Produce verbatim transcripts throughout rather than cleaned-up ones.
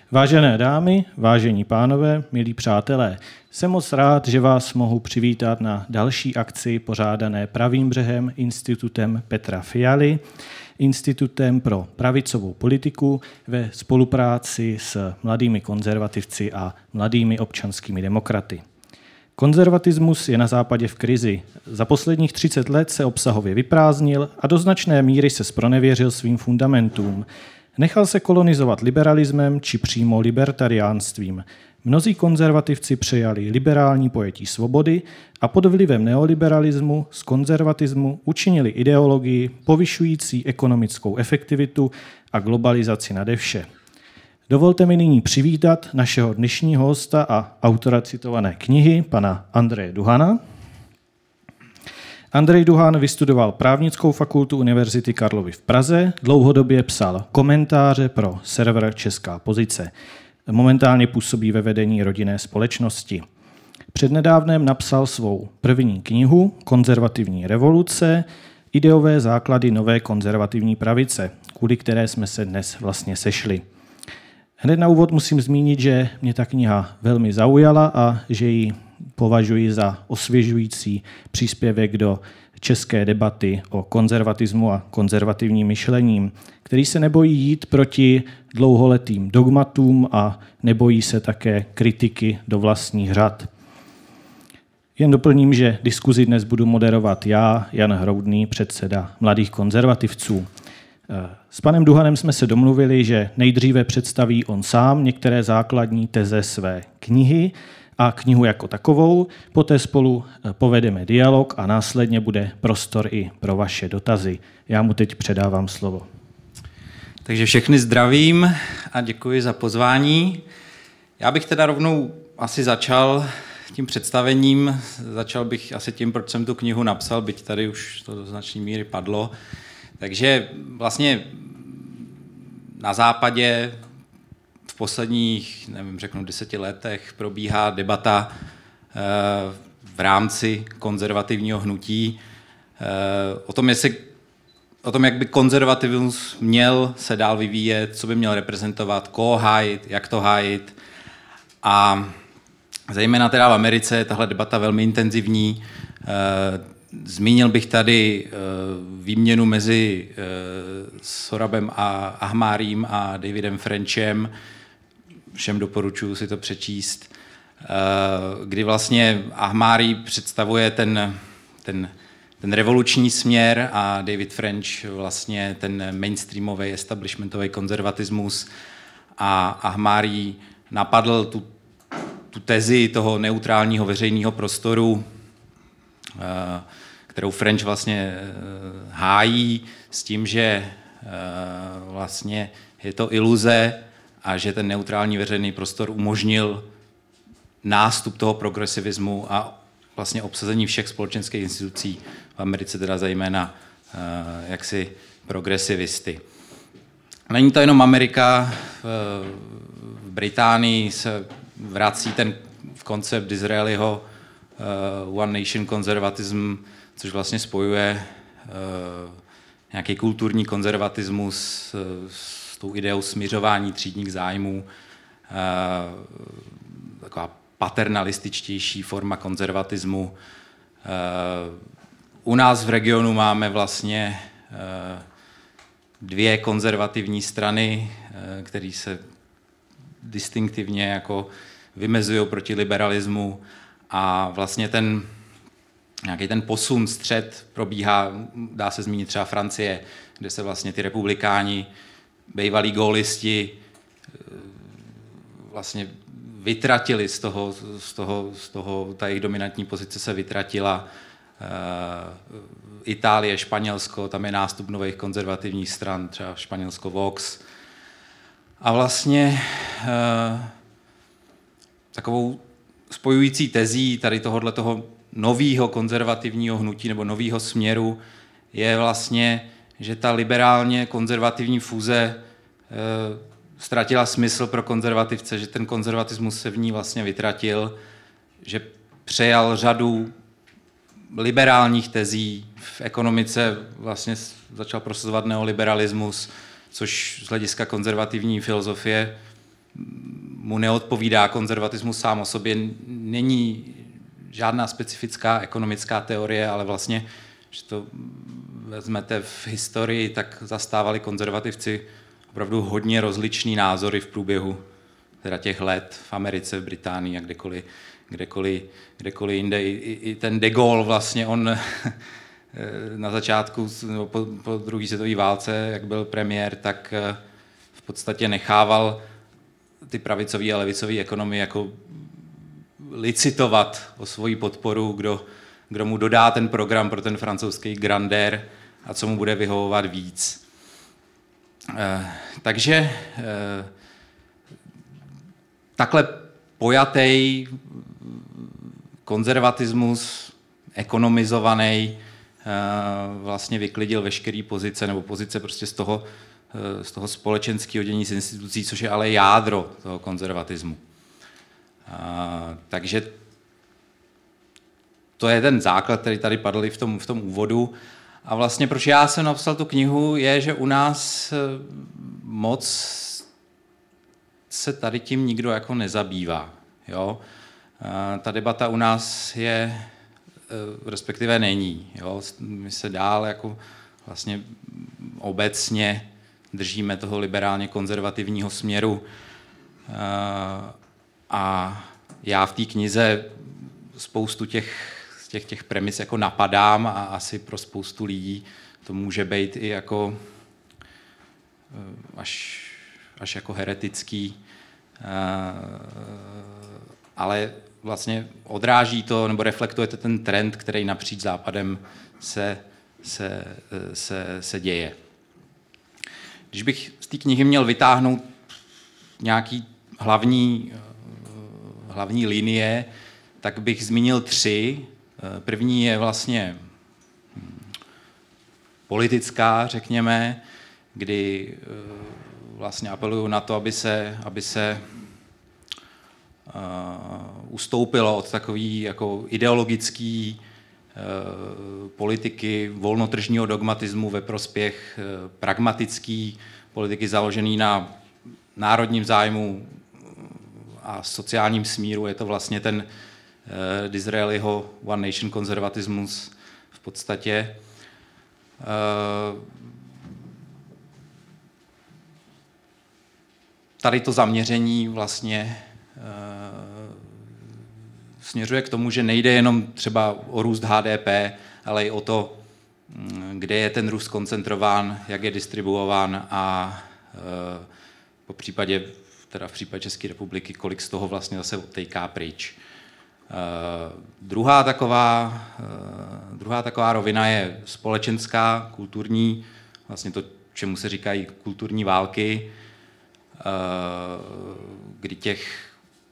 Vážené dámy, vážení pánové, milí přátelé, jsem moc rád, že vás mohu přivítat na další akci pořádané Pravým břehem Institutem Petra Fialy, Institutem pro pravicovou politiku ve spolupráci s mladými konzervativci a mladými občanskými demokraty. Konzervatismus je na západě v krizi. Za posledních třicet let se obsahově vyprázdnil a do značné míry se zpronevěřil svým fundamentům. Nechal se kolonizovat liberalismem či přímo libertariánstvím. Mnozí konzervativci přejali liberální pojetí svobody a pod vlivem neoliberalismu z konzervatismu učinili ideologii povyšující ekonomickou efektivitu a globalizaci nade vše. Dovolte mi nyní přivítat našeho dnešního hosta a autora citované knihy, pana Andreje Duhana. Andrej Duhan vystudoval Právnickou fakultu Univerzity Karlovy v Praze, dlouhodobě psal komentáře pro server Česká pozice. Momentálně působí ve vedení rodinné společnosti. Přednedávnem napsal svou první knihu Konzervativní revoluce, ideové základy nové konzervativní pravice, kvůli které jsme se dnes vlastně sešli. Hned na úvod musím zmínit, že mě ta kniha velmi zaujala a že ji považuji za osvěžující příspěvek do české debaty o konzervatismu a konzervativním myšlením, který se nebojí jít proti dlouholetým dogmatům a nebojí se také kritiky do vlastních řad. Jen doplním, že diskuzi dnes budu moderovat já, Jan Hroudný, předseda Mladých konzervativců. S panem Duhanem jsme se domluvili, že nejdříve představí on sám některé základní teze své knihy a knihu jako takovou, poté spolu povedeme dialog a následně bude prostor i pro vaše dotazy. Já mu teď předávám slovo. Takže všechny zdravím a děkuji za pozvání. Já bych teda rovnou asi začal tím představením, začal bych asi tím, proč jsem tu knihu napsal, byť tady už to do značné míry padlo. Takže vlastně na západě v posledních, nevím, řeknu deseti letech probíhá debata v rámci konzervativního hnutí o tom, jestli, o tom, jak by konzervativismus měl se dál vyvíjet, co by měl reprezentovat, koho hájit, jak to hájit. A zejména teda v Americe je tahle debata velmi intenzivní. Zmínil bych tady výměnu mezi Sorabem a Ahmárím a Davidem Frenchem. Všem doporučuji si to přečíst. Kdy vlastně Ahmárí představuje ten, ten, ten revoluční směr a David French vlastně ten mainstreamový establishmentový konzervatismus. A Ahmárí napadl tu, tu tezi toho neutrálního veřejného prostoru, kterou French vlastně hájí s tím, že vlastně je to iluze a že ten neutrální veřejný prostor umožnil nástup toho progresivismu a vlastně obsazení všech společenských institucí v Americe, teda zejména jaksi progresivisty. Není to jenom Amerika, v Británii se vrací ten koncept Disraeliho One Nation konzervatism, což vlastně spojuje nějaký kulturní konzervatismus s tou ideou smiřování třídních zájmů, taková paternalističtější forma konzervatismu. U nás v regionu máme vlastně dvě konzervativní strany, které se distinktivně jako vymezují proti liberalismu a vlastně ten nějaký ten posun, střed probíhá, dá se zmínit třeba Francie, kde se vlastně ty republikáni, bývalí gólisti, vlastně vytratili z toho, z toho, z toho, ta jejich dominantní pozice se vytratila. Itálie, Španělsko, tam je nástup nových konzervativních stran, třeba Španělsko Vox. A vlastně takovou spojující tezí tady tohohle toho nového konzervativního hnutí nebo nového směru je vlastně, že ta liberálně konzervativní fúze e, ztratila smysl pro konzervativce, že ten konzervatismus se v ní vlastně vytratil, že přejal řadu liberálních tezí v ekonomice, vlastně začal prosazovat neoliberalismus, což z hlediska konzervativní filozofie mu neodpovídá konzervatismus sám o sobě, není žádná specifická ekonomická teorie, ale vlastně, že to vezmete v historii, tak zastávali konzervativci opravdu hodně rozličný názory v průběhu teda těch let v Americe, v Británii a kdekoliv, kdekoliv, kdekoliv jinde. I, i ten de Gaulle vlastně, on na začátku, po, po druhé světové válce, jak byl premiér, tak v podstatě nechával ty pravicové a levicové ekonomie jako licitovat o svoji podporu, kdo, kdo mu dodá ten program pro ten francouzský grandeur a co mu bude vyhovovat víc. Eh, takže eh, takhle pojatý konzervatismus, ekonomizovaný, eh, vlastně vyklidil veškerý pozice, nebo pozice prostě z toho, eh, z toho společenského dění z institucí, což je ale jádro toho konzervatismu. Uh, takže to je ten základ, který tady padl v tom, v tom úvodu. A vlastně proč já jsem napsal tu knihu, je, že u nás moc se tady tím nikdo jako nezabývá. Jo? Uh, ta debata u nás je, uh, respektive není. Jo? My se dál jako vlastně obecně držíme toho liberálně konzervativního směru. Uh, A já v té knize spoustu těch, těch, těch premis jako napadám a asi pro spoustu lidí to může být i jako až, až jako heretický. Ale vlastně odráží to nebo reflektuje to ten trend, který napříč Západem se, se, se, se děje. Když bych z té knihy měl vytáhnout nějaký hlavní hlavní linie, tak bych zmínil tři. První je vlastně politická, řekněme, kdy vlastně apeluju na to, aby se, aby se uh, ustoupilo od takové jako ideologické uh, politiky volnotržního dogmatismu ve prospěch uh, pragmatické politiky založené na národním zájmu a sociálním smíru. Je to vlastně ten uh, Disraeliho One Nation konzervatismus v podstatě. Uh, tady to zaměření vlastně uh, směřuje k tomu, že nejde jenom třeba o růst H D P, ale i o to, kde je ten růst koncentrován, jak je distribuován a uh, po případě teda v případě České republiky, kolik z toho vlastně zase odtejká pryč. Uh, druhá, taková, uh, druhá taková rovina je společenská, kulturní, vlastně to, čemu se říkají kulturní války, uh, kdy těch,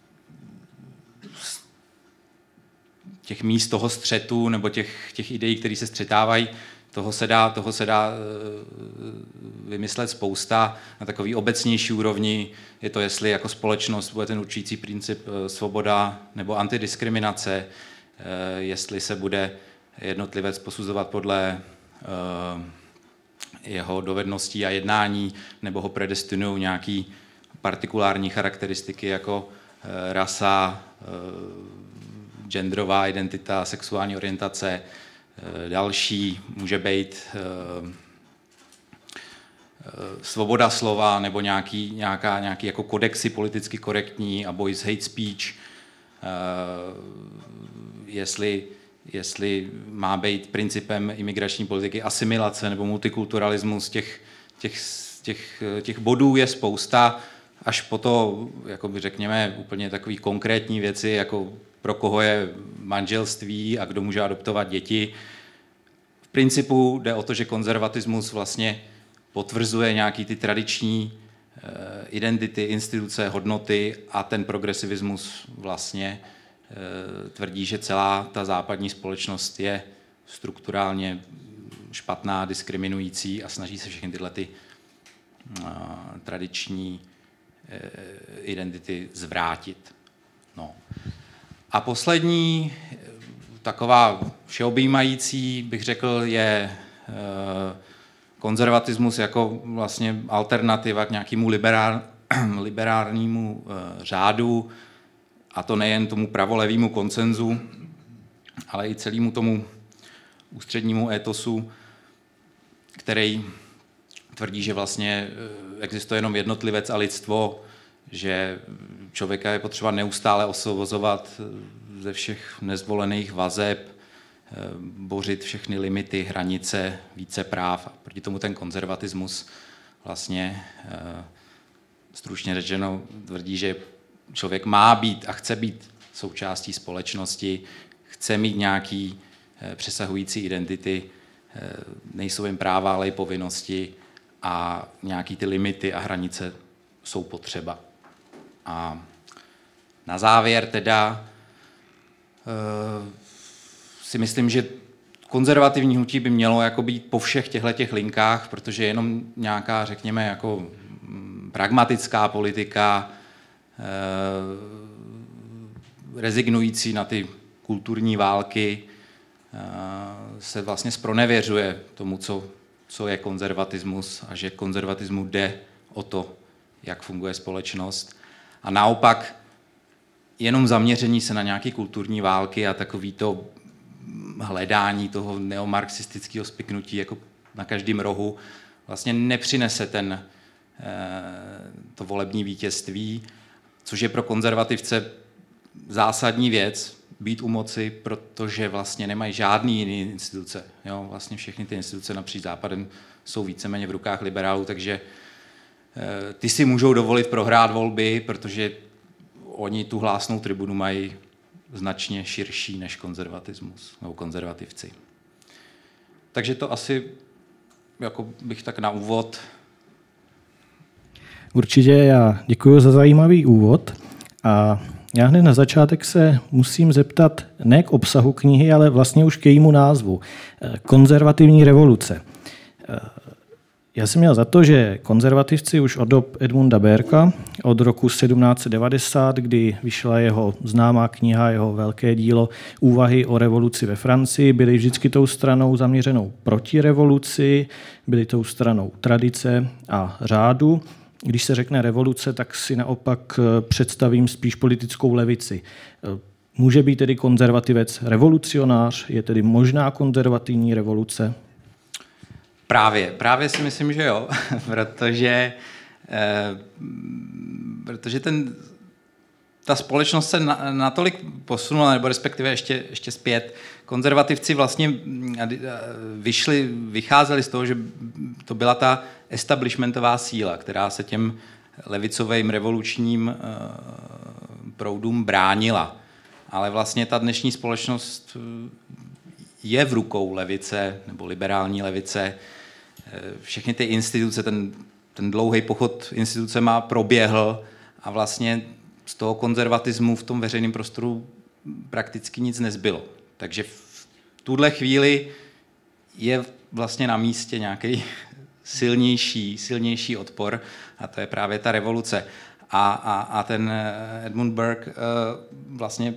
těch míst toho střetu nebo těch, těch ideí, které se střetávají, Toho se dá, toho se dá vymyslet spousta. Na takový obecnější úrovni je to, jestli jako společnost bude ten určující princip svoboda nebo antidiskriminace, jestli se bude jednotlivec posuzovat podle jeho dovedností a jednání, nebo ho predestinují nějaký partikulární charakteristiky jako rasa, genderová identita, sexuální orientace. Další může být uh, uh, svoboda slova nebo nějaký, nějaká, nějaký jako kodexy politicky korektní a boj s hate speech. Uh, jestli, jestli má být principem imigrační politiky asimilace nebo multikulturalismus, těch, těch, těch, těch bodů je spousta, až po to, jakoby řekněme, úplně takový konkrétní věci, jako pro koho je manželství a kdo může adoptovat děti. V principu jde o to, že konzervatismus vlastně potvrzuje nějaký ty tradiční uh, identity, instituce, hodnoty a ten progresivismus vlastně uh, tvrdí, že celá ta západní společnost je strukturálně špatná, diskriminující a snaží se všechny tyhle ty uh, tradiční uh, identity zvrátit. No. A poslední, taková všeobjímající, bych řekl, je konzervatismus jako vlastně alternativa k nějakému liberál, liberálnímu řádu, a to nejen tomu pravolevému konsenzu, ale i celému tomu ústřednímu étosu, který tvrdí, že vlastně existuje jenom jednotlivec a lidstvo, že člověka je potřeba neustále osvobozovat ze všech nezvolených vazeb, bořit všechny limity, hranice, více práv. A proti tomu ten konzervatismus vlastně stručně řečeno tvrdí, že člověk má být a chce být součástí společnosti, chce mít nějaký přesahující identity, nejsou jen práva, ale i povinnosti a nějaký ty limity a hranice jsou potřeba. A na závěr teda uh, si myslím, že konzervativní hnutí by mělo jako být po všech těchto linkách, protože jenom nějaká, řekněme, jako pragmatická politika, uh, rezignující na ty kulturní války, uh, se vlastně zpronevěřuje tomu, co, co je konzervatismus a že konzervatismu jde o to, jak funguje společnost. A naopak jenom zaměření se na nějaké kulturní války a takový to hledání toho neomarxistického spiknutí jako na každém rohu vlastně nepřinese ten, to volební vítězství, což je pro konzervativce zásadní věc, být u moci, protože vlastně nemají žádný jiný instituce. Jo? Vlastně všechny ty instituce napříč západem jsou víceméně v rukách liberálů, takže ty si můžou dovolit prohrát volby, protože oni tu hlásnou tribunu mají značně širší než konzervatismus nebo konzervativci. Takže to asi jako bych tak na úvod. Určitě, já děkuji za zajímavý úvod a já hned na začátek se musím zeptat ne k obsahu knihy, ale vlastně už k jejímu názvu. Konzervativní revoluce. Já jsem měl za to, že konzervativci už od dob Edmunda Burkea, od roku sedmnáct set devadesát, kdy vyšla jeho známá kniha, jeho velké dílo Úvahy o revoluci ve Francii, byli vždycky tou stranou zaměřenou proti revoluci, byli tou stranou tradice a řádu. Když se řekne revoluce, tak si naopak představím spíš politickou levici. Může být tedy konzervativec revolucionář? Je tedy možná konzervativní revoluce? Právě, právě si myslím, že jo, protože, eh, protože ten, ta společnost se na, natolik posunula, nebo respektive ještě, ještě zpět. Konzervativci vlastně vyšli, vycházeli z toho, že to byla ta establishmentová síla, která se těm levicovým revolučním eh, proudům bránila. Ale vlastně ta dnešní společnost je v rukou levice nebo liberální levice. Všechny ty instituce, ten, ten dlouhý pochod institucema proběhl a vlastně z toho konzervatismu v tom veřejném prostoru prakticky nic nezbylo. Takže v tuhle chvíli je vlastně na místě nějaký silnější, silnější odpor a to je právě ta revoluce. A, a, a ten Edmund Burke vlastně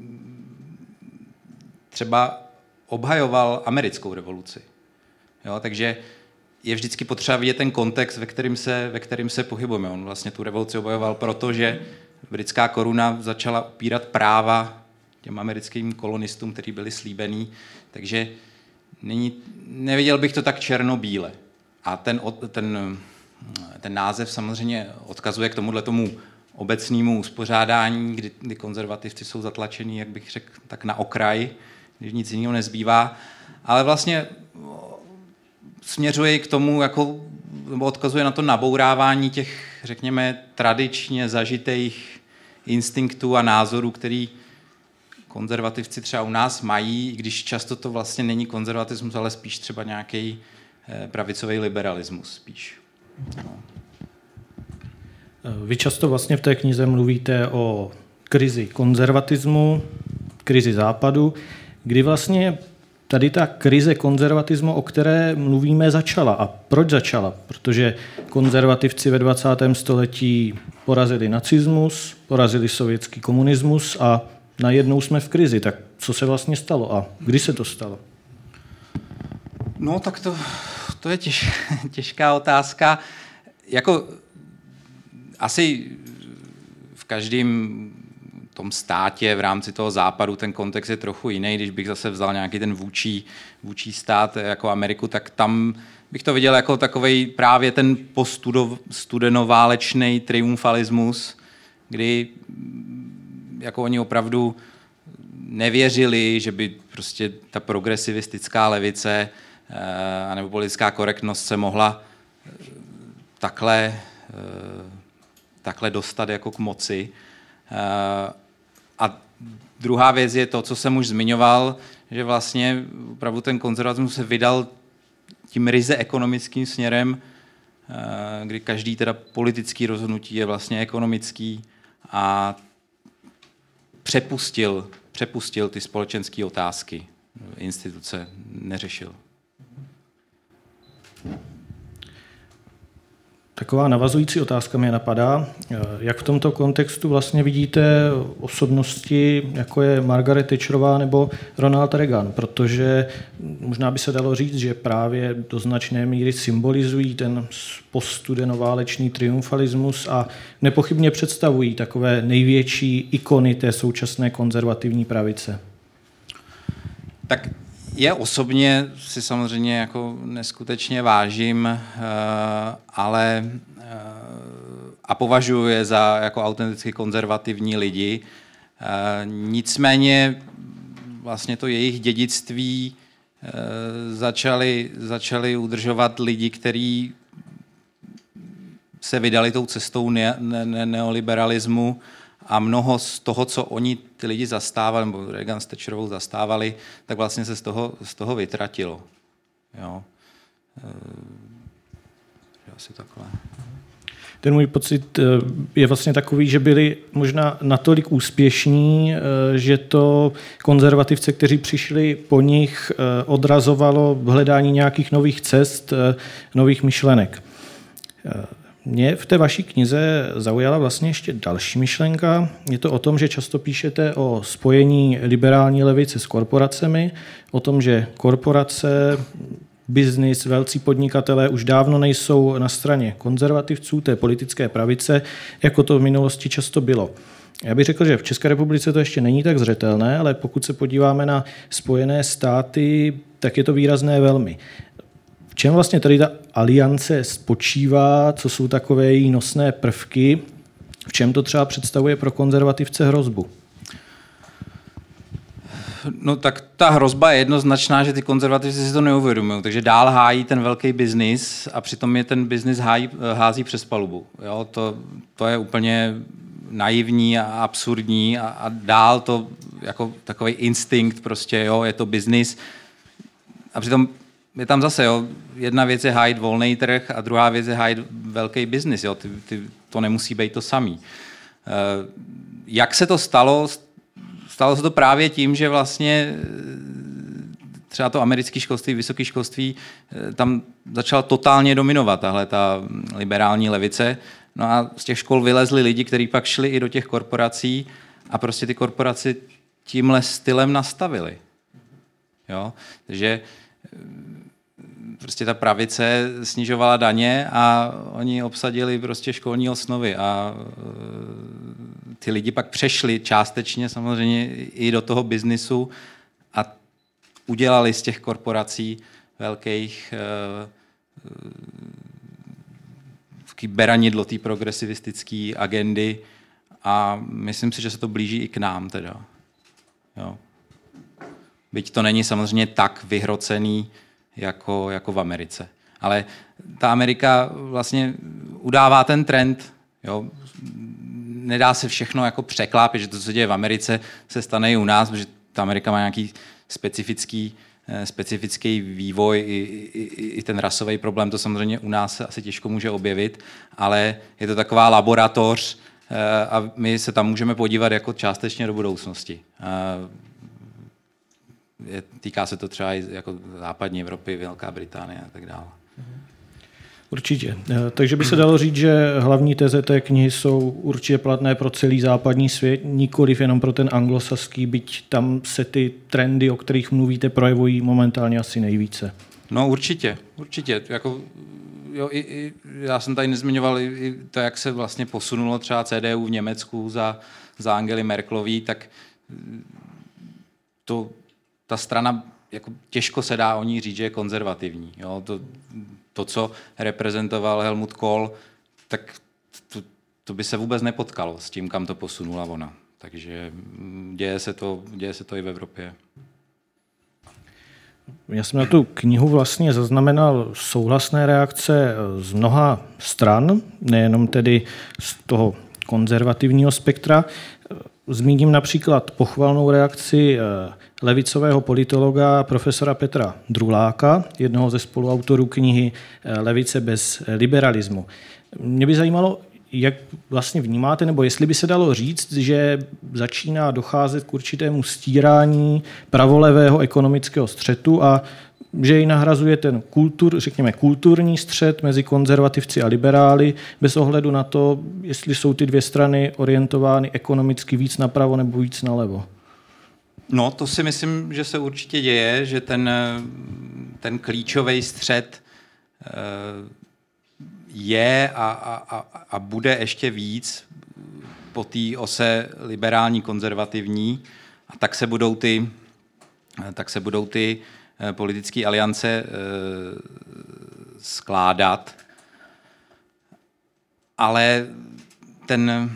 třeba obhajoval americkou revoluci. Jo, takže je vždycky potřeba vidět ten kontext, ve kterým se, ve kterým se pohybujeme. On vlastně tu revoluci obhajoval proto, že britská koruna začala upírat práva těm americkým kolonistům, kteří byli slíbení. Takže není, neviděl bych to tak černobíle. A ten, ten, ten název samozřejmě odkazuje k tomuhle tomu obecnému uspořádání, kdy, kdy konzervativci jsou zatlačení, jak bych řekl, tak na okraj, když nic jiného nezbývá. Ale vlastně směřuje k tomu, jako, nebo odkazuje na to nabourávání těch, řekněme, tradičně zažitých instinktů a názorů, který konzervativci třeba u nás mají, když často to vlastně není konzervatismus, ale spíš třeba nějaký pravicový liberalismus spíš. No. Vy často vlastně v té knize mluvíte o krizi konzervatismu, krizi západu, kdy vlastně tady ta krize konzervatismu, o které mluvíme, začala. A proč začala? Protože konzervativci ve dvacátém století porazili nacismus, porazili sovětský komunismus a najednou jsme v krizi. Tak co se vlastně stalo a kdy se to stalo? No tak to, to je těž, těžká otázka. Jako asi v každém tom státě v rámci toho západu ten kontext je trochu jiný. Když bych zase vzal nějaký ten vůči, vůči stát jako Ameriku, tak tam bych to viděl jako takovej právě ten poststudenoválečný triumfalismus, kdy jako oni opravdu nevěřili, že by prostě ta progresivistická levice eh, nebo politická korektnost se mohla takhle, eh, takhle dostat jako k moci. Eh, a druhá věc je to, co jsem už zmiňoval, že vlastně opravdu ten konzervatismus se vydal tím ryze ekonomickým směrem, eh, kdy každý teda politický rozhodnutí je vlastně ekonomický a přepustil přepustil ty společenské otázky. Instituce neřešil. Taková navazující otázka mě napadá. Jak v tomto kontextu vlastně vidíte osobnosti, jako je Margaret Thatcherová nebo Ronald Reagan? Protože možná by se dalo říct, že právě do značné míry symbolizují ten poststudenoválečný triumfalismus a nepochybně představují takové největší ikony té současné konzervativní pravice. Tak je osobně si samozřejmě jako neskutečně vážím, ale a považuji je za jako autenticky konzervativní lidi. Nicméně vlastně to jejich dědictví začali, začali udržovat lidi, kteří se vydali tou cestou ne, ne, neoliberalismu a mnoho z toho, co oni ty lidi zastávali, nebo Reagan s Thatcherovou zastávali, tak vlastně se z toho, z toho vytratilo. Jo. E, asi takhle. Ten můj pocit je vlastně takový, že byli možná natolik úspěšní, že to konzervativce, kteří přišli po nich, odrazovalo v hledání nějakých nových cest, nových myšlenek. Mě v té vaší knize zaujala vlastně ještě další myšlenka. Je to o tom, že často píšete o spojení liberální levice s korporacemi, o tom, že korporace, biznis, velcí podnikatelé už dávno nejsou na straně konzervativců, té politické pravice, jako to v minulosti často bylo. Já bych řekl, že v České republice to ještě není tak zřetelné, ale pokud se podíváme na Spojené státy, tak je to výrazné velmi. V čem vlastně tady ta aliance spočívá, co jsou takové její nosné prvky, v čem to třeba představuje pro konzervativce hrozbu? No tak ta hrozba je jednoznačná, že ty konzervativci si to neuvědomují, takže dál hájí ten velký biznis a přitom je ten biznis hájí, hází přes palubu. Jo, to, to je úplně naivní a absurdní a, a dál to jako takový instinkt prostě, jo, je to biznis a přitom je tam zase, jo, jedna věc je hájit volný trh a druhá věc je hájit velký biznis, jo, ty, ty, to nemusí být to samý. E, jak se to stalo? Stalo se to právě tím, že vlastně třeba to americké školství, vysoké školství, tam začala totálně dominovat tahle ta liberální levice. No a z těch škol vylezli lidi, kteří pak šli i do těch korporací a prostě ty korporace tímhle stylem nastavili. Jo? Takže prostě ta pravice snižovala daně a oni obsadili prostě školní osnovy a ty lidi pak přešli částečně samozřejmě i do toho biznisu a udělali z těch korporací velkých uh, beranidlo té progresivistické agendy a myslím si, že se to blíží i k nám teda. Jo. Byť to není samozřejmě tak vyhrocený jako, jako v Americe. Ale ta Amerika vlastně udává ten trend, jo. Nedá se všechno jako překlápit, že to, co se děje v Americe, se stane i u nás, protože ta Amerika má nějaký specifický, specifický vývoj, i, i, i ten rasový problém, to samozřejmě u nás se asi těžko může objevit, ale je to taková laboratoř a my se tam můžeme podívat jako částečně do budoucnosti. Je, týká se to třeba i jako západní Evropy, Velká Británie a tak dále. Určitě. Takže by se dalo říct, že hlavní teze té knihy jsou určitě platné pro celý západní svět, nikoliv jenom pro ten anglosaský, byť tam se ty trendy, o kterých mluvíte, projevují momentálně asi nejvíce. No určitě, určitě. Jako, jo, i, i, já jsem tady nezmiňoval i, i to, jak se vlastně posunulo třeba C D U v Německu za, za Angely Merkelový, tak to, ta strana, jako těžko se dá o ní říct, že je konzervativní. Jo? To, to, co reprezentoval Helmut Kohl, tak to, to by se vůbec nepotkalo s tím, kam to posunula ona. Takže děje se to, děje se to i v Evropě. Já jsem na tu knihu vlastně zaznamenal souhlasné reakce z mnoha stran, nejenom tedy z toho konzervativního spektra. Zmíním například pochvalnou reakci levicového politologa profesora Petra Druláka, jednoho ze spoluautorů knihy Levice bez liberalismu. Mě by zajímalo, jak vlastně vnímáte, nebo jestli by se dalo říct, že začíná docházet k určitému stírání pravolevého ekonomického střetu a že ji nahrazuje ten kultur, řekněme, kulturní střet mezi konzervativci a liberály, bez ohledu na to, jestli jsou ty dvě strany orientovány ekonomicky víc napravo nebo víc nalevo. No, to si myslím, že se určitě děje, že ten, ten klíčový střet je a, a, a bude ještě víc po té ose liberální konzervativní, a tak se budou ty, tak se budou ty politické aliance skládat. Ale ten,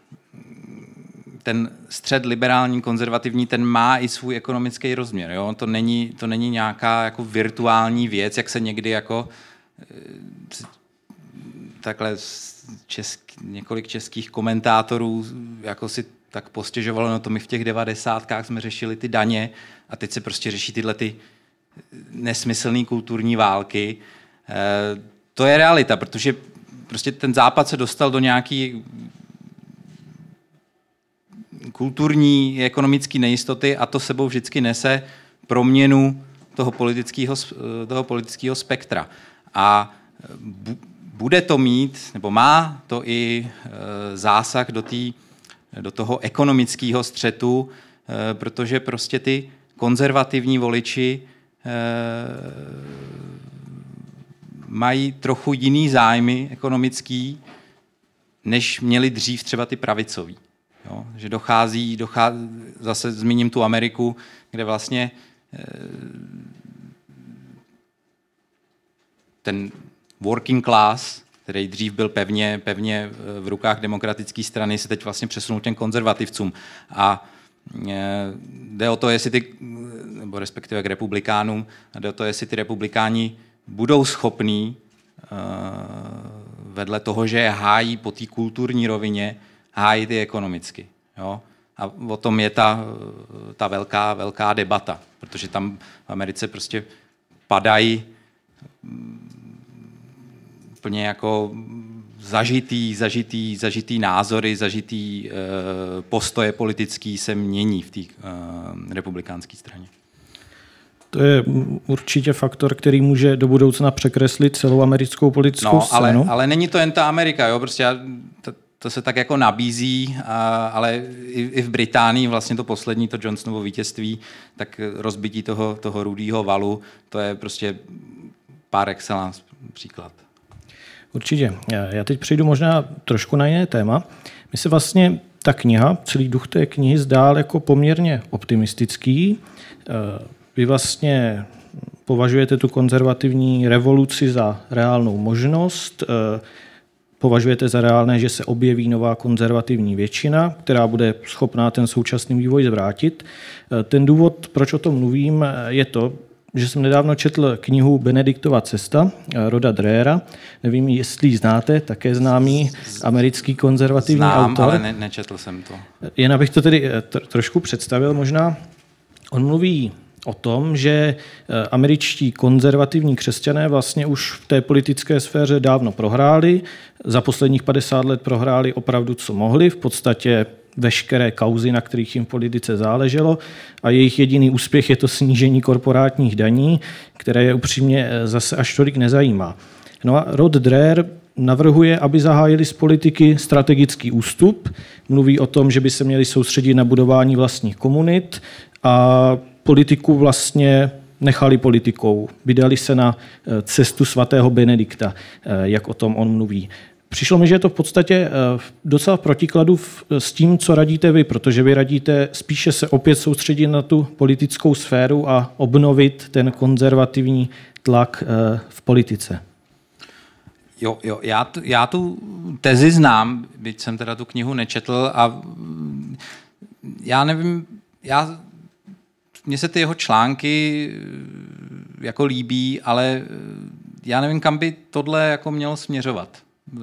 ten střed liberální konzervativní, ten má i svůj ekonomický rozměr. Jo? To není, to není nějaká jako virtuální věc, jak se někdy jako takhle česk, několik českých komentátorů jako si tak postěžovalo, no to my v těch devadesátkách jsme řešili ty daně a teď se prostě řeší tyhle ty nesmyslné kulturní války. E, to je realita, protože prostě ten Západ se dostal do nějaký kulturní, ekonomické nejistoty a to sebou vždycky nese proměnu toho politického, toho politického spektra. A bu, bude to mít, nebo má to i e, zásah do, tý, do toho ekonomického střetu, e, protože prostě ty konzervativní voliči e, mají trochu jiný zájmy ekonomický, než měli dřív třeba ty pravicoví. Jo? Že dochází, dochází, zase zmíním tu Ameriku, kde vlastně e, ten working class, který dřív byl pevně, pevně v rukách demokratické strany, se teď vlastně přesunul těm konzervativcům. A jde o to, jestli ty, nebo respektive k republikánům, jde o to, jestli ty republikáni budou schopní vedle toho, že je hájí po té kulturní rovině, hájí ty ekonomicky. Jo? A o tom je ta, ta velká, velká debata, protože tam v Americe prostě padají úplně jako zažitý, zažitý, zažitý názory, zažitý e, postoje politický se mění v té e, republikánské straně. To je určitě faktor, který může do budoucna překreslit celou americkou politickou no, scénu. Ale, ale není to jen ta Amerika, jo? Prostě já, to, to se tak jako nabízí, a, ale i, i v Británii vlastně to poslední, to Johnsonovo vítězství, tak rozbití toho, toho rudého valu, to je prostě par excellence příklad. Určitě. Já teď přejdu možná trošku na jiné téma. Mně se vlastně ta kniha, celý duch té knihy zdál jako poměrně optimistický. Vy vlastně považujete tu konzervativní revoluci za reálnou možnost, považujete za reálné, že se objeví nová konzervativní většina, která bude schopná ten současný vývoj zvrátit. Ten důvod, proč o tom mluvím, je to, že jsem nedávno četl knihu Benediktova cesta Roda Dreera. Nevím, jestli ji znáte, také známý americký konzervativní Znám, autor. ale ne, nečetl jsem to. Jen abych to tedy trošku představil možná. On mluví o tom, že američtí konzervativní křesťané vlastně už v té politické sféře dávno prohráli. Za posledních padesát let prohráli opravdu, co mohli. V podstatě veškeré kauzy, na kterých jim v politice záleželo, a jejich jediný úspěch je to snížení korporátních daní, které je upřímně zase až tolik nezajímá. No a Rod Dreher navrhuje, aby zahájili z politiky strategický ústup. Mluví o tom, že by se měli soustředit na budování vlastních komunit a politiku vlastně nechali politikou, vydali se na cestu svatého Benedikta, jak o tom on mluví. Přišlo mi, že je to v podstatě docela v protikladu s tím, co radíte vy, protože vy radíte spíše se opět soustředit na tu politickou sféru a obnovit ten konzervativní tlak v politice. Jo, jo, já, tu, já tu tezi znám, byť jsem teda tu knihu nečetl a já nevím, já, mně se ty jeho články jako líbí, ale já nevím, kam by tohle jako mělo směřovat.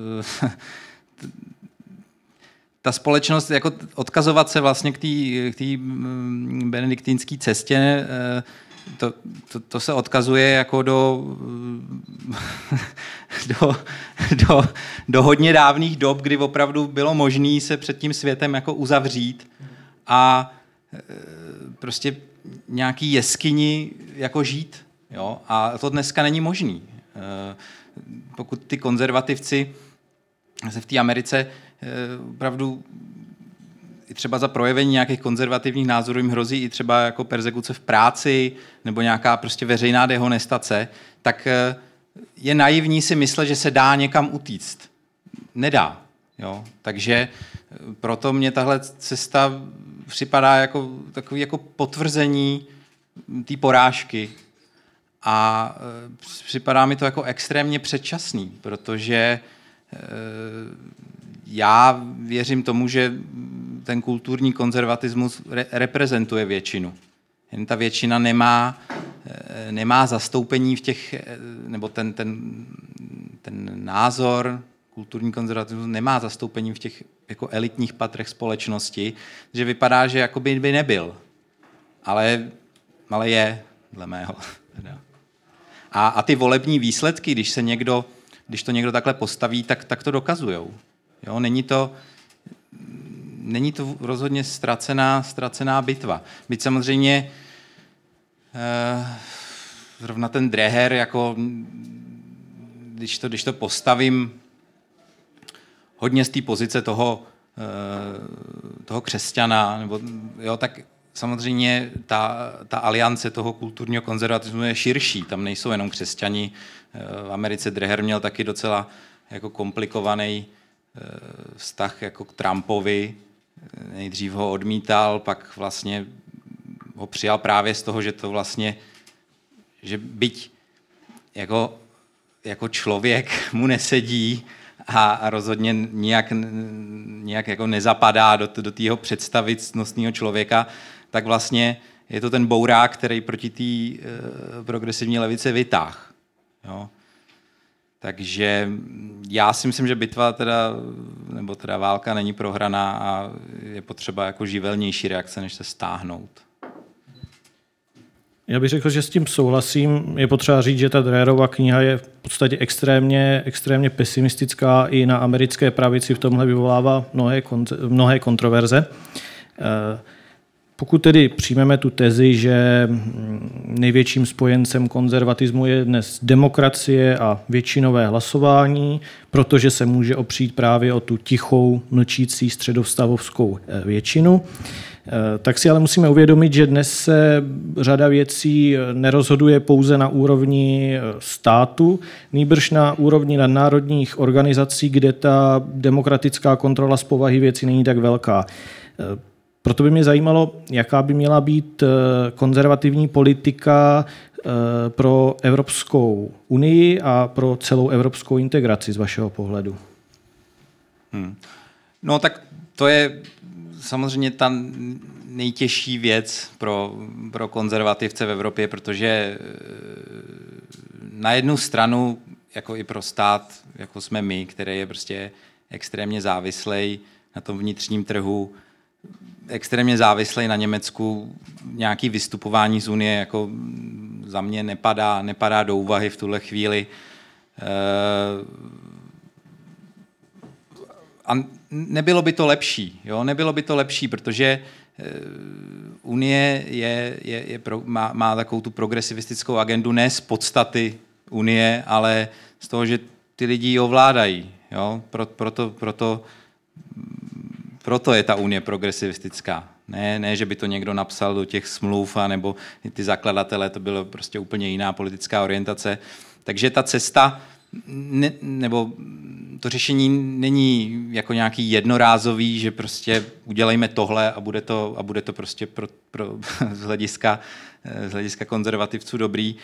Ta společnost, jako odkazovat se vlastně k té k té benediktínské cestě, to, to, to se odkazuje jako do, do, do, do hodně dávných dob, kdy opravdu bylo možné se před tím světem jako uzavřít a prostě nějaký jeskyni jako žít. Jo? A to dneska není možný. Pokud ty konzervativci se v té Americe opravdu i třeba za projevení nějakých konzervativních názorů jim hrozí i třeba jako perzekuce v práci nebo nějaká prostě veřejná dehonestace, tak je naivní si myslet, že se dá někam utíct. Nedá. Jo? Takže proto mě tahle cesta připadá jako takový jako potvrzení té porážky a připadá mi to jako extrémně předčasný, protože já věřím tomu, že ten kulturní konzervatismus re- reprezentuje většinu. Jen ta většina nemá, nemá zastoupení v těch, nebo ten, ten, ten názor, kulturní konzervatismus nemá zastoupení v těch jako elitních patrech společnosti, že vypadá, že jakoby by nebyl. Ale, ale je, dle mého. A, a ty volební výsledky, když se někdo, když to někdo takhle postaví, tak, tak to dokazujou. Jo, není to, není to rozhodně ztracená, ztracená bitva. Byť samozřejmě eh, zrovna ten Dreher, jako, když, to, když to postavím hodně z té pozice toho, eh, toho křesťana, nebo, jo, tak samozřejmě ta, ta aliance toho kulturního konzervatismu je širší. Tam nejsou jenom křesťani. V Americe Dreher měl taky docela jako komplikovaný vztah jako k Trumpovi. Nejdřív ho odmítal, pak vlastně ho přijal právě z toho, že to vlastně, že byť jako, jako člověk mu nesedí a, a rozhodně nijak, nijak jako nezapadá do, do tého představy cnostného člověka, tak vlastně je to ten bourák, který proti té e, progresivní levice vytáh. Jo. Takže já si myslím, že bitva teda, nebo teda válka není prohraná a je potřeba jako živelnější reakce, než se stáhnout. Já bych řekl, že s tím souhlasím. Je potřeba říct, že ta Dreherova kniha je v podstatě extrémně, extrémně pesimistická, i na americké pravici v tomhle vyvolává mnohé, mnohé kontroverze. Pokud tedy přijmeme tu tezi, že největším spojencem konzervatismu je dnes demokracie a většinové hlasování, protože se může opřít právě o tu tichou, mlčící středostavovskou většinu, tak si ale musíme uvědomit, že dnes se řada věcí nerozhoduje pouze na úrovni státu, nýbrž na úrovni nadnárodních organizací, kde ta demokratická kontrola z povahy věcí není tak velká. Proto by mě zajímalo, jaká by měla být konzervativní politika pro Evropskou unii a pro celou evropskou integraci z vašeho pohledu. Hmm. No tak to je samozřejmě ta nejtěžší věc pro, pro konzervativce v Evropě, protože na jednu stranu, jako i pro stát, jako jsme my, který je prostě extrémně závislej na tom vnitřním trhu, extrémně závislej na Německu, nějaký vystupování z Unie jako za mě nepadá, nepadá do úvahy v tuhle chvíli. A nebylo by to lepší, jo? Nebylo by to lepší, protože Unie je, je, je pro, má, má takovou tu progresivistickou agendu ne z podstaty Unie, ale z toho, že ty lidi ji ovládají. Jo? Pro, proto, proto Proto je ta Unie progresivistická. Ne, ne, že by to někdo napsal do těch smluv, nebo ty zakladatele, to byla prostě úplně jiná politická orientace. Takže ta cesta, ne, nebo to řešení není jako nějaký jednorázový, že prostě udělejme tohle a bude to, a bude to prostě pro, pro, z, hlediska, z hlediska konzervativců dobrý.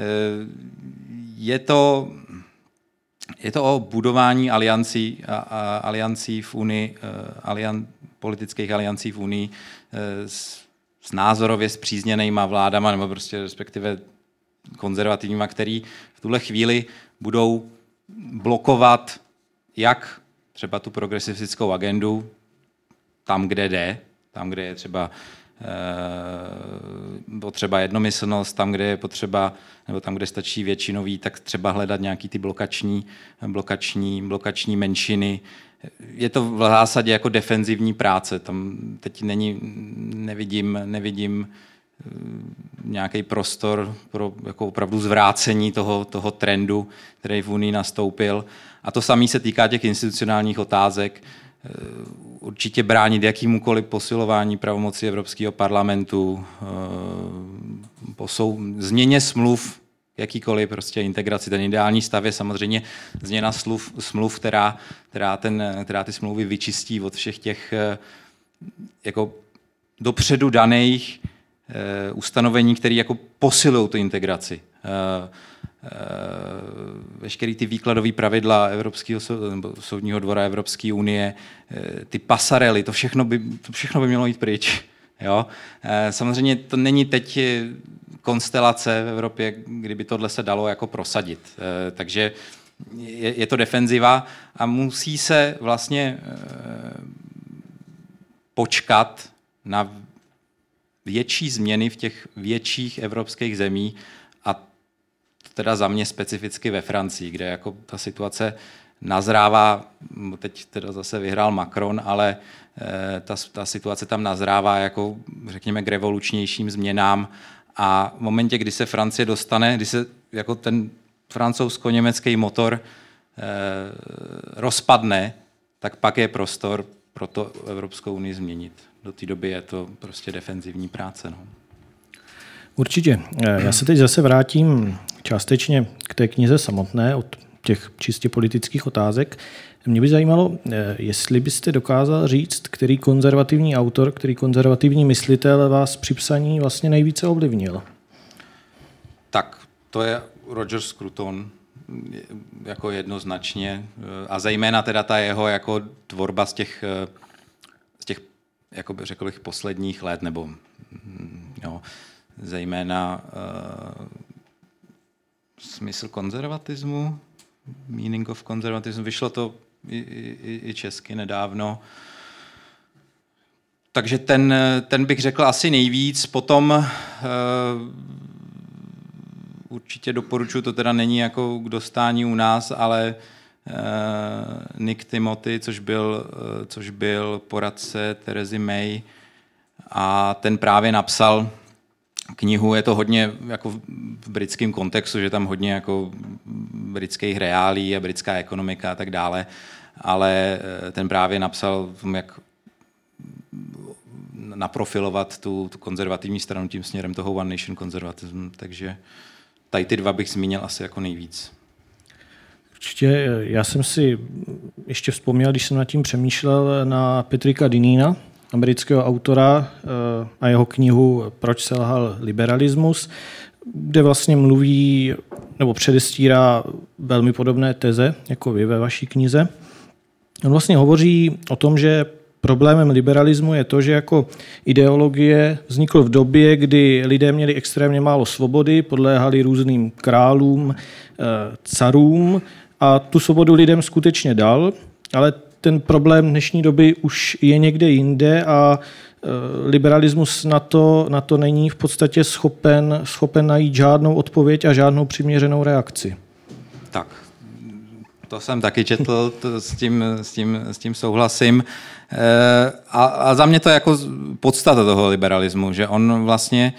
Je to, je to o budování aliancí, a, a, aliancí v Unii, alian, politických aliancí v Unii s, s názorově spřízněnýma vládama, nebo prostě respektive konzervativníma, který v tuhle chvíli budou blokovat jak třeba tu progresivistickou agendu tam, kde jde, tam, kde je třeba e, potřeba jednomyslnost, tam, kde je potřeba, nebo tam, kde stačí většinový, tak třeba hledat nějaký ty blokační, blokační, blokační menšiny. Je to v zásadě jako defenzivní práce. Tam teď není, nevidím, nevidím nějaký prostor pro jako opravdu zvrácení toho, toho trendu, který v Unii nastoupil. A to samé se týká těch institucionálních otázek. Určitě bránit jakýmukoliv posilování pravomocí Evropského parlamentu, posou, změně smluv, jakýkoliv prostě integraci. Ten ideální stav je samozřejmě změna smluv, smluv která, která, ten, která ty smlouvy vyčistí od všech těch jako dopředu daných Uh, ustanovení, které jako posilují tu integraci. Uh, uh, veškerý ty výkladové pravidla Evropského nebo soudního dvora Evropské unie, uh, ty pasarely, to všechno by, to všechno by mělo jít pryč. Jo? Uh, samozřejmě to není teď konstelace v Evropě, kdyby tohle se dalo jako prosadit. Uh, takže je, je to defenziva a musí se vlastně uh, počkat na větší změny v těch větších evropských zemí a teda za mě specificky ve Francii, kde jako ta situace nazrává, teď teda zase vyhrál Macron, ale ta, ta situace tam nazrává jako řekněme k revolučnějším změnám a v momentě, kdy se Francie dostane, kdy se jako ten francouzsko-německý motor eh, rozpadne, tak pak je prostor pro to Evropskou unii změnit. Do té doby je to prostě defenzivní práce. No. Určitě. Já se teď zase vrátím částečně k té knize samotné od těch čistě politických otázek. Mě by zajímalo, jestli byste dokázal říct, který konzervativní autor, který konzervativní myslitel vás při psaní vlastně nejvíce ovlivnil. Tak to je Roger Scruton jako jednoznačně a zejména teda ta jeho jako tvorba z těch, z těch jako by řekl bych posledních let, nebo jo, zejména uh, smysl konzervatismu, meaning of conservatism, vyšlo to i, i, i česky nedávno. Takže ten, ten bych řekl asi nejvíc. Potom uh, určitě doporučuji, to teda není jako k dostání u nás, ale uh, Nick Timothy, což byl, uh, což byl poradce Terezy May, a ten právě napsal knihu, je to hodně jako v britském kontextu, že tam hodně jako britských reálí a britská ekonomika a tak dále, ale ten právě napsal, jak naprofilovat tu, tu konzervativní stranu tím směrem toho One Nation konzervatismu, takže tady ty dva bych zmínil asi jako nejvíc. Určitě, já jsem si ještě vzpomněl, když jsem nad tím přemýšlel, na Patricka Dinina, amerického autora, a jeho knihu Proč selhal liberalismus, kde vlastně mluví nebo předestírá velmi podobné teze, jako vy ve vaší knize. On vlastně hovoří o tom, že problémem liberalismu je to, že jako ideologie vznikl v době, kdy lidé měli extrémně málo svobody, podléhali různým králům, carům a tu svobodu lidem skutečně dal, ale ten problém dnešní doby už je někde jinde a liberalismus na to, na to není v podstatě schopen, schopen najít žádnou odpověď a žádnou přiměřenou reakci. Tak, to jsem taky četl, to s, tím, s, tím, s tím souhlasím. A, a za mě to je jako podstata toho liberalismu, že on vlastně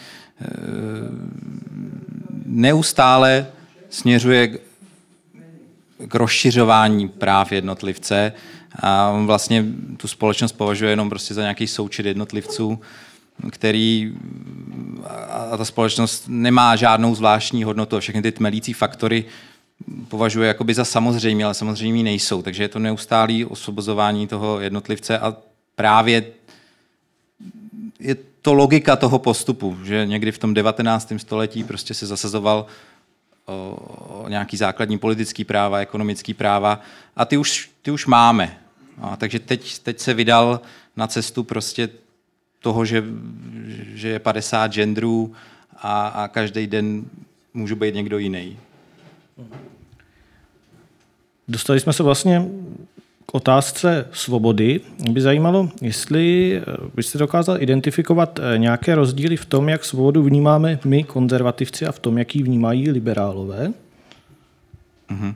neustále směřuje k rozšiřování práv jednotlivce A on vlastně tu společnost považuje jenom prostě za nějaký součet jednotlivců, který a ta společnost nemá žádnou zvláštní hodnotu. Všechny ty tmelící faktory považuje jakoby za samozřejmé, ale samozřejmě nejsou. Takže je to neustálé osvobozování toho jednotlivce a právě je to logika toho postupu, že někdy v tom devatenáctém století prostě se zasazoval o, o nějaký základní politický práva, ekonomický práva a ty už, ty už máme. A takže teď, teď se vydal na cestu prostě toho, že, že je padesát genderů a, a každý den může být někdo jiný. Dostali jsme se vlastně k otázce svobody. Mě by zajímalo, jestli byste dokázal identifikovat nějaké rozdíly v tom, jak svobodu vnímáme my, konzervativci, a v tom, jak ji vnímají liberálové. Mhm.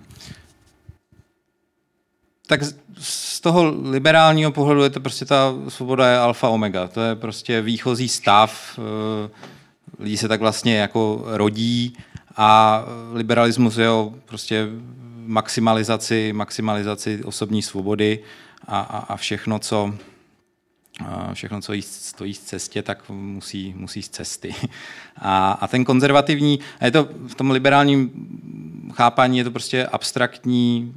Tak z toho liberálního pohledu je to prostě ta svoboda je alfa omega. To je prostě výchozí stav. Lidi se tak vlastně jako rodí a liberalismus je o prostě maximalizaci, maximalizaci osobní svobody a, a, a všechno, co, a všechno, co jí stojí z cestě, tak musí, musí z cesty. A, a ten konzervativní, a je to v tom liberálním chápání je to prostě abstraktní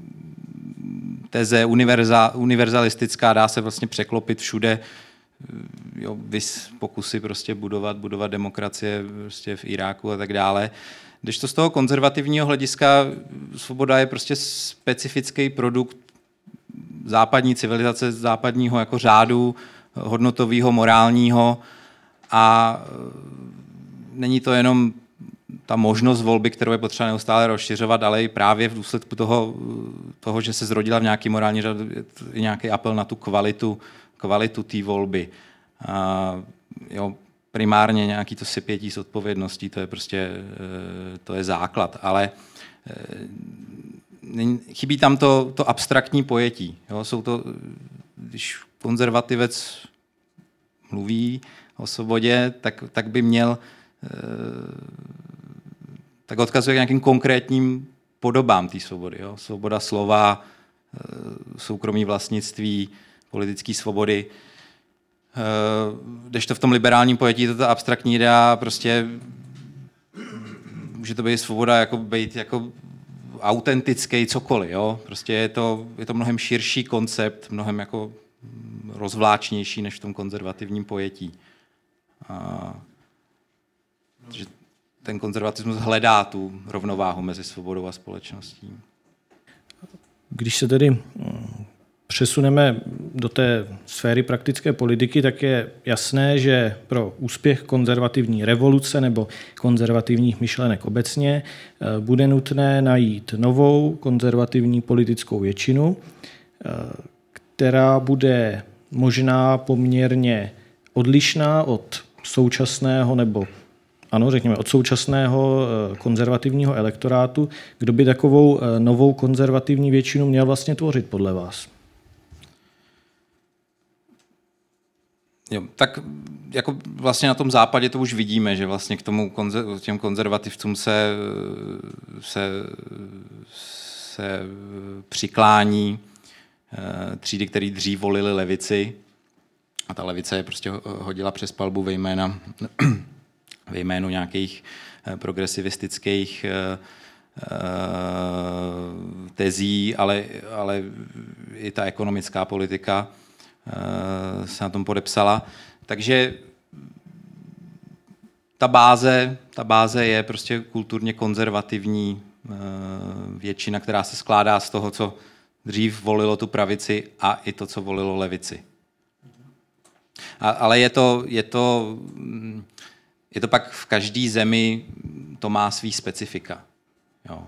teze, univerza, univerzalistická, dá se vlastně překlopit všude. Jo, vys pokusy prostě budovat, budovat demokracie prostě v Iráku a tak dále. Když to z toho konzervativního hlediska svoboda je prostě specifický produkt západní civilizace, západního jako řádu, hodnotového, morálního a není to jenom ta možnost volby, kterou je potřeba neustále rozšiřovat, ale i právě v důsledku toho, toho že se zrodila v nějaký morální řád, nějaký apel na tu kvalitu, kvalitu té volby. A, jo, primárně nějaký to sypětí s odpovědností, to je prostě to je základ, ale chybí tam to, to abstraktní pojetí. Jo? Jsou to, když konzervativec mluví o svobodě, tak, tak by měl tak odkazuje k nějakým konkrétním podobám té svobody. Jo? Svoboda slova, soukromí vlastnictví, politické svobody. Kdežto v tom liberálním pojetí to ta abstraktní idea prostě může to být svoboda jako být jako autentický cokoliv. Jo? Prostě je to, je to mnohem širší koncept, mnohem jako rozvláčnější než v tom konzervativním pojetí. A, že ten konzervatismus hledá tu rovnováhu mezi svobodou a společností. Když se tedy přesuneme do té sféry praktické politiky, tak je jasné, že pro úspěch konzervativní revoluce nebo konzervativních myšlenek obecně bude nutné najít novou konzervativní politickou většinu, která bude možná poměrně odlišná od současného nebo ano, řekněme, od současného konzervativního elektorátu. Kdo by takovou novou konzervativní většinu měl vlastně tvořit podle vás? Jo, tak jako vlastně na tom západě to už vidíme, že vlastně k tomu konzer- těm konzervativcům se, se, se přiklání třídy, které dřív volili levici a ta levice je prostě hodila přes palbu ve jména ve jménu nějakých progresivistických tezí, ale, ale i ta ekonomická politika se na tom podepsala. Takže ta báze, ta báze je prostě kulturně konzervativní většina, která se skládá z toho, co dřív volilo tu pravici a i to, co volilo levici. A, ale je to, je to Je to pak v každé zemi, to má svý specifika. Jo.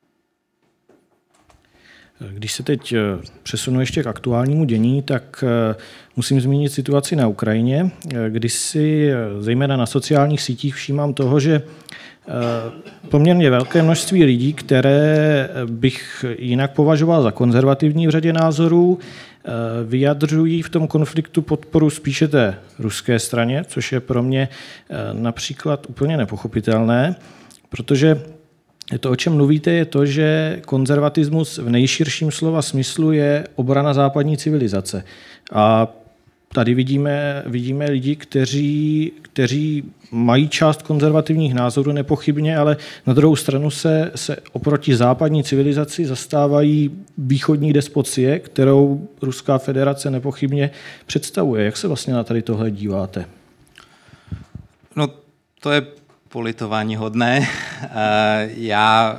Když se teď přesunu ještě k aktuálnímu dění, tak musím zmínit situaci na Ukrajině, kdy si zejména na sociálních sítích všímám toho, že poměrně velké množství lidí, které bych jinak považoval za konzervativní v řadě názorů, vyjadřují v tom konfliktu podporu spíše té ruské straně, což je pro mě například úplně nepochopitelné, protože To, o čem mluvíte, je to, že konzervatismus v nejširším slova smyslu je obrana západní civilizace. A tady vidíme, vidíme lidi, kteří, kteří mají část konzervativních názorů nepochybně, ale na druhou stranu se, se oproti západní civilizaci zastávají východní despocie, kterou Ruská federace nepochybně představuje. Jak se vlastně na tady tohle díváte? No, to je politování hodné. Já,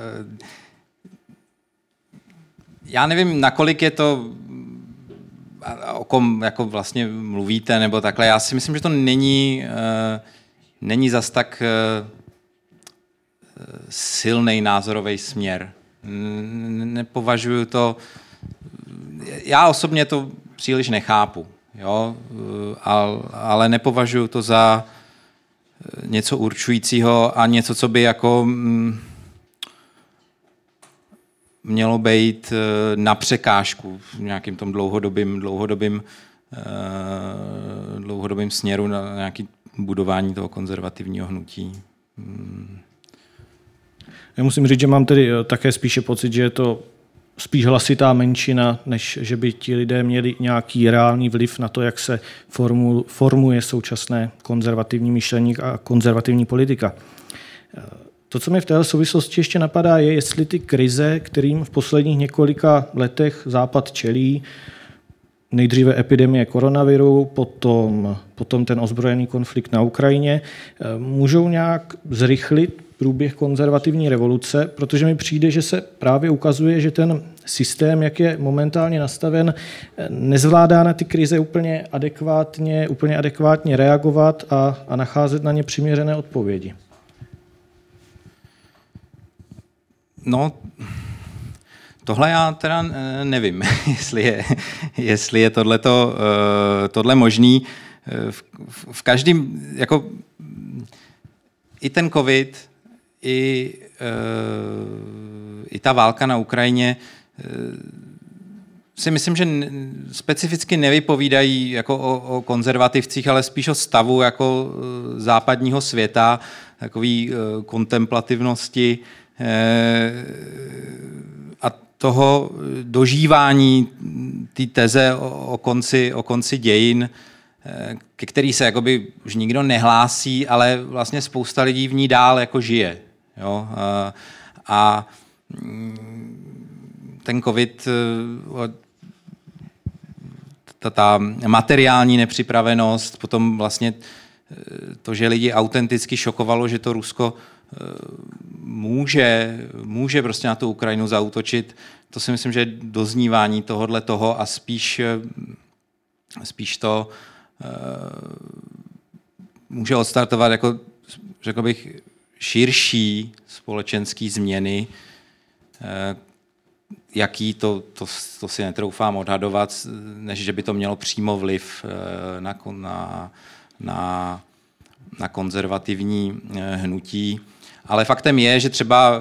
já nevím, nakolik je to, o kom jako vlastně mluvíte, nebo takhle. Já si myslím, že to není, není zas tak silný názorový směr. Nepovažuji to, já osobně to příliš nechápu, jo? Ale nepovažuji to za něco určujícího a něco, co by jako mělo být na překážku v nějakým tom dlouhodobým, dlouhodobým, dlouhodobým směru na nějaké budování toho konzervativního hnutí. Já musím říct, že mám tedy také spíše pocit, že je to spíš hlasitá menšina, než že by ti lidé měli nějaký reálný vliv na to, jak se formu, formuje současné konzervativní myšlení a konzervativní politika. To, co mi v této souvislosti ještě napadá, je, jestli ty krize, kterým v posledních několika letech Západ čelí, nejdříve epidemie koronaviru, potom, potom ten ozbrojený konflikt na Ukrajině, můžou nějak zrychlit průběh konzervativní revoluce, protože mi přijde, že se právě ukazuje, že ten systém, jak je momentálně nastaven, nezvládá na ty krize úplně adekvátně, úplně adekvátně reagovat a, a nacházet na ně přiměřené odpovědi. No, tohle já teda nevím, jestli je, jestli je tohleto, tohle možný. V, v každém, jako i ten covid, i, i ta válka na Ukrajině si myslím, že specificky nevypovídají jako o, o konzervativcích, ale spíš o stavu jako západního světa, takový kontemplativnosti a toho dožívání té teze o konci, o konci dějin, ke který se jakoby už nikdo nehlásí, ale vlastně spousta lidí v ní dál jako žije. Jo? A, a ten covid, ta, ta materiální nepřipravenost, potom vlastně to, že lidi autenticky šokovalo, že to Rusko může, může prostě na tu Ukrajinu zaútočit, to si myslím, že je doznívání tohodle toho a spíš, spíš to může odstartovat jako, řekl bych, širší společenský změny, jaký to, to, to si netroufám odhadovat, než že by to mělo přímo vliv na, na, na, na konzervativní hnutí. Ale faktem je, že třeba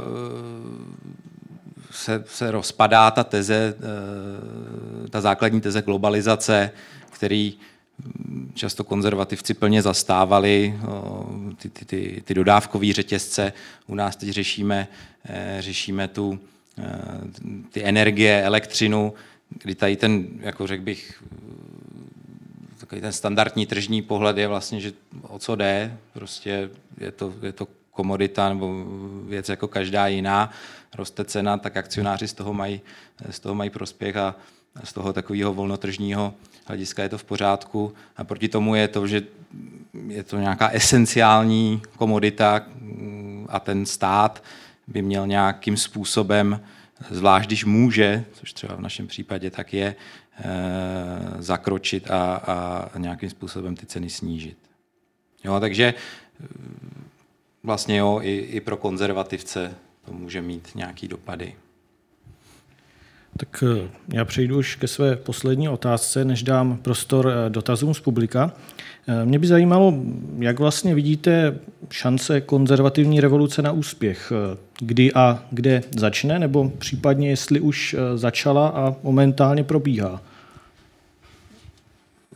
se, se rozpadá ta teze, ta základní teze globalizace, který často konzervativci plně zastávali, ty, ty, ty, ty dodávkové řetězce. U nás teď řešíme, řešíme tu, ty energie, elektřinu, kdy tady ten, jako řekl bych, takový ten standardní tržní pohled je vlastně, že o co jde, prostě je to, je to komodita nebo věc jako každá jiná, roste cena, tak akcionáři z toho mají, z toho mají prospěch a z toho takového volnotržního hlediska je to v pořádku. A proti tomu je to, že je to nějaká esenciální komodita a ten stát by měl nějakým způsobem, zvlášť když může, což třeba v našem případě tak je, zakročit a, a nějakým způsobem ty ceny snížit. Jo, takže vlastně jo, i, i pro konzervativce to může mít nějaký dopady. Tak já přejdu už ke své poslední otázce, než dám prostor dotazům z publika. Mě by zajímalo, jak vlastně vidíte šance konzervativní revoluce na úspěch. Kdy a kde začne, nebo případně jestli už začala a momentálně probíhá?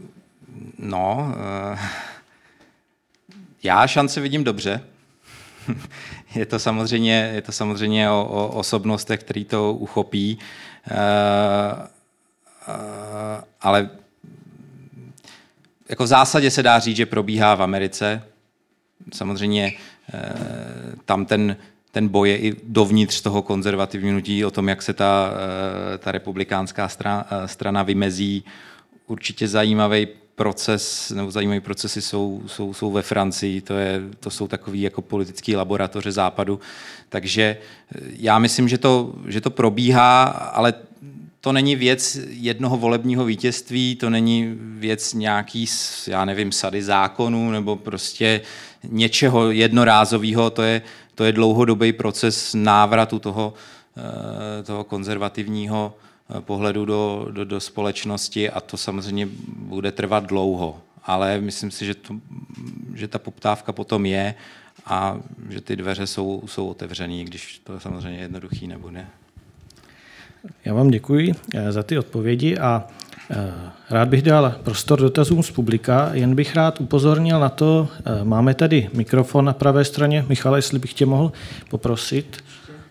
No, já šance vidím dobře. je to samozřejmě, je to samozřejmě o, o osobnostech, který to uchopí, uh, uh, ale jako v zásadě se dá říct, že probíhá v Americe. Samozřejmě uh, tam ten, ten boj je i dovnitř toho konzervativního hnutí o tom, jak se ta, uh, ta republikánská strana, uh, strana vymezí. Určitě zajímavý proces, nebo zajímavé procesy jsou, jsou, jsou ve Francii, to, je, to jsou takový jako politické laboratoře západu, takže já myslím, že to, že to probíhá, ale to není věc jednoho volebního vítězství, to není věc nějaký, já nevím, sady zákonů, nebo prostě něčeho jednorázového, to je, to je dlouhodobý proces návratu toho, toho konzervativního pohledu do, do, do společnosti a to samozřejmě bude trvat dlouho. Ale myslím si, že, to, že ta poptávka potom je a že ty dveře jsou, jsou otevřený, když to samozřejmě jednoduchý nebude. Já vám děkuji za ty odpovědi a rád bych dal prostor dotazům z publika, jen bych rád upozornil na to, máme tady mikrofon na pravé straně. Michale, jestli bych tě mohl poprosit.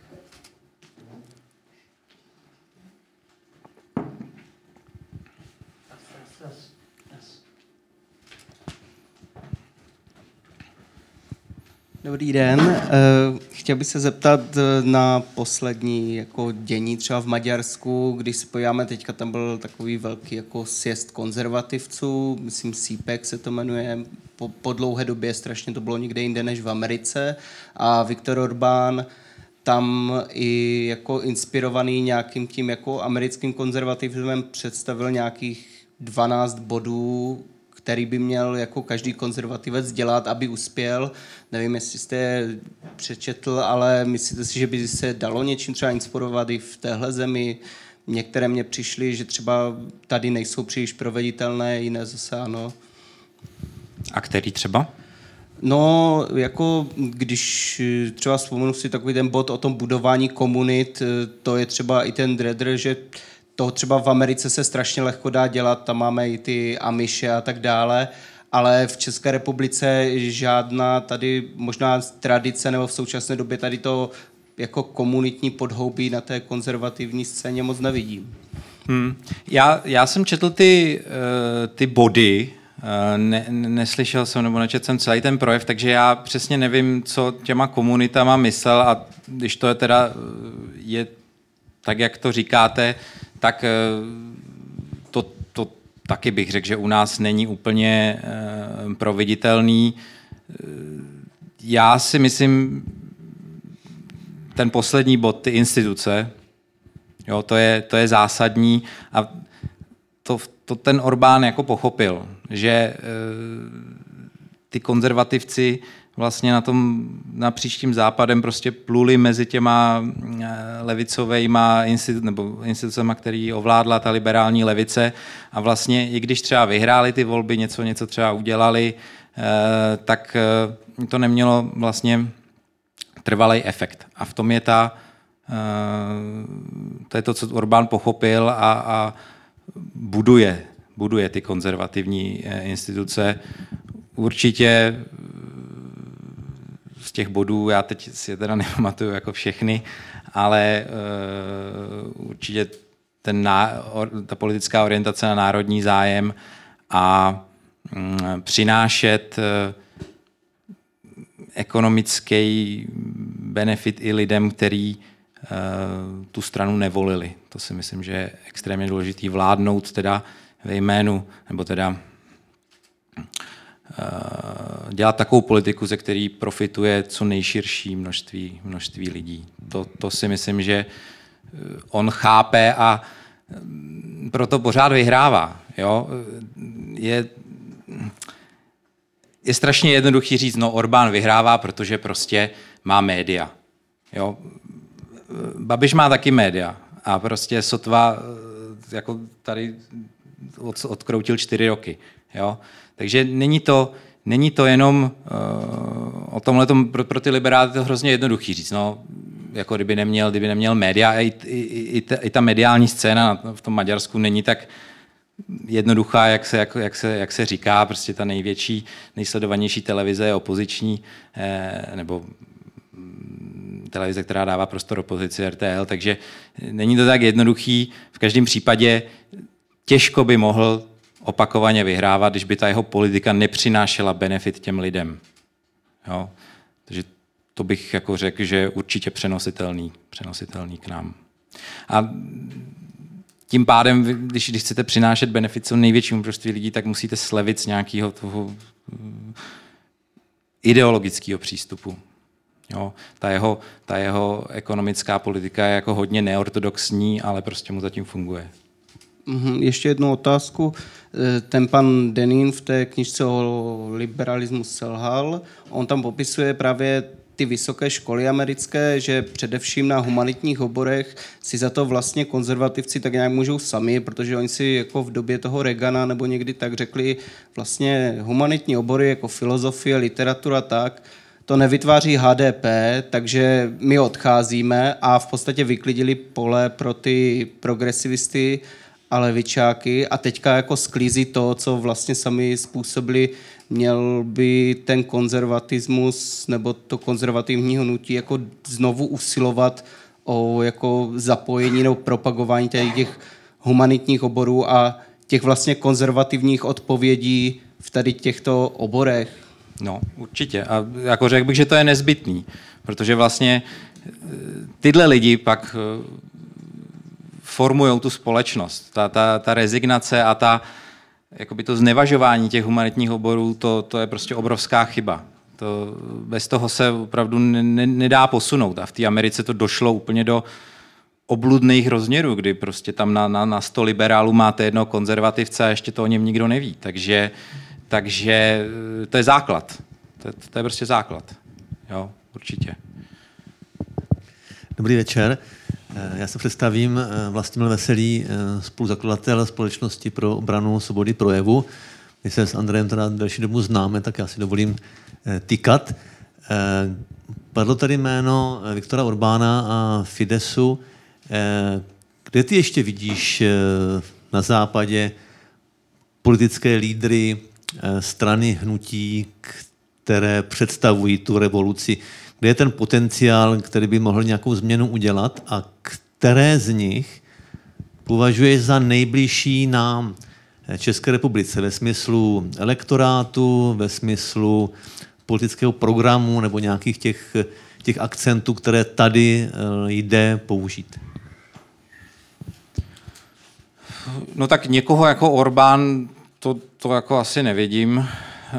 Dobrý den. Chtěl bych se zeptat na poslední jako dění třeba v Maďarsku, když se podíváme, teďka tam byl takový velký jako sjezd konzervativců, myslím C P E C se to jmenuje, po, po dlouhé době strašně to bylo někde jinde než v Americe a Viktor Orbán tam i jako inspirovaný nějakým tím jako americkým konzervativismem představil nějakých dvanáct bodů, který by měl jako každý konzervativec dělat, aby uspěl. Nevím, jestli jste je přečetl, ale myslíte si, že by se dalo něčím třeba inspirovat i v téhle zemi? Některé mně přišly, že třeba tady nejsou příliš proveditelné, jiné zase ano. A který třeba? No, jako když třeba vzpomenu si takový ten bod o tom budování komunit, to je třeba i ten Dredr, že to třeba v Americe se strašně lehko dá dělat, tam máme i ty Amiše a tak dále, ale v České republice žádná tady možná tradice nebo v současné době tady to jako komunitní podhoubí na té konzervativní scéně moc nevidím. Hmm. Já, já jsem četl ty, ty body, ne, neslyšel jsem nebo nečetl jsem celý ten projev, takže já přesně nevím, co těma komunitama myslel a když to je teda je tak, jak to říkáte, tak to, to taky bych řekl, že u nás není úplně proveditelný. Já si myslím, ten poslední bod, ty instituce, jo, to je, to je zásadní a to, to ten Orbán jako pochopil, že ty konzervativci vlastně na tom na příštím západem prostě pluli mezi těma levicovejma institu, nebo institucema, který ovládla ta liberální levice a vlastně i když třeba vyhráli ty volby, něco, něco třeba udělali, tak to nemělo vlastně trvalý efekt. A v tom je ta, to je to, co Orbán pochopil a, a buduje, buduje ty konzervativní instituce. Určitě z těch bodů, já teď si je teda nepamatuju jako všechny, ale uh, určitě ten ná, or, ta politická orientace na národní zájem a um, přinášet uh, ekonomický benefit i lidem, kteří uh, tu stranu nevolili. To si myslím, že je extrémně důležitý vládnout teda ve jménu, nebo teda dělat takovou politiku, ze který profituje co nejširší množství, množství lidí. To, to si myslím, že on chápe a proto pořád vyhrává. Jo? Je, je strašně jednoduchý říct, no Orbán vyhrává, protože prostě má média. Jo? Babiš má taky média a prostě sotva jako tady od, odkroutil čtyři roky. Jo? Takže není to, není to jenom uh, o tomhletom, pro, pro ty liberály to hrozně jednoduchý říct, no, jako kdyby neměl, kdyby neměl média, a i, i, i, ta, i ta mediální scéna v tom Maďarsku není tak jednoduchá, jak se, jak, jak se, jak se říká, prostě ta největší, nejsledovanější televize je opoziční, eh, nebo televize, která dává prostor opozici R T L, takže není to tak jednoduchý. V každém případě těžko by mohl opakovaně vyhrávat, když by ta jeho politika nepřinášela benefit těm lidem. Jo? Takže to bych jako řekl, že je určitě přenositelný, přenositelný k nám. A tím pádem, když, když chcete přinášet benefit co největšímu množství lidí, tak musíte slevit z nějakého toho ideologického přístupu. Jo, ta, jeho, ta jeho ekonomická politika je jako hodně neortodoxní, ale prostě mu zatím funguje. Ještě jednu otázku. Ten pan Denín v té knižce o liberalismu selhal. On tam popisuje právě ty vysoké školy americké, že především na humanitních oborech si za to vlastně konzervativci tak nějak můžou sami, protože oni si jako v době toho Reagana nebo někdy tak řekli vlastně humanitní obory jako filozofie, literatura tak, to nevytváří H D P, takže my odcházíme a v podstatě vyklidili pole pro ty progresivisty a levičáky a teďka jako sklízí to, co vlastně sami způsobili. Měl by ten konzervatismus nebo to konzervativní hnutí jako znovu usilovat o jako zapojení nebo propagování těch humanitních oborů a těch vlastně konzervativních odpovědí v tady těchto oborech? No, určitě. A jako řekl bych, že to je nezbytný, protože vlastně tyhle lidi pak formují tu společnost. Ta, ta, ta rezignace a ta, jakoby to znevažování těch humanitních oborů, to, to je prostě obrovská chyba. To, bez toho se opravdu ne, ne, nedá posunout. A v té Americe to došlo úplně do obludných rozměrů, kdy prostě tam na, na, na sto liberálů máte jednoho konzervativce a ještě to o něm nikdo neví. Takže, takže to je základ. To, to je prostě základ. Jo, určitě. Dobrý večer. Já se představím, Vlastimil Veselý, spoluzakladatel Společnosti pro obranu svobody projevu. My se s Andrejem teda delší dobu známe, tak já si dovolím tykat. Padlo tady jméno Viktora Orbána a Fidesu. Kde ty ještě vidíš na západě politické lídry, strany, hnutí, které představují tu revoluci? Kde je ten potenciál, který by mohl nějakou změnu udělat a které z nich považuješ za nejbližší nám České republice ve smyslu elektorátu, ve smyslu politického programu nebo nějakých těch, těch akcentů, které tady jde použít? No tak někoho jako Orbán, to, to jako asi nevidím. Uh...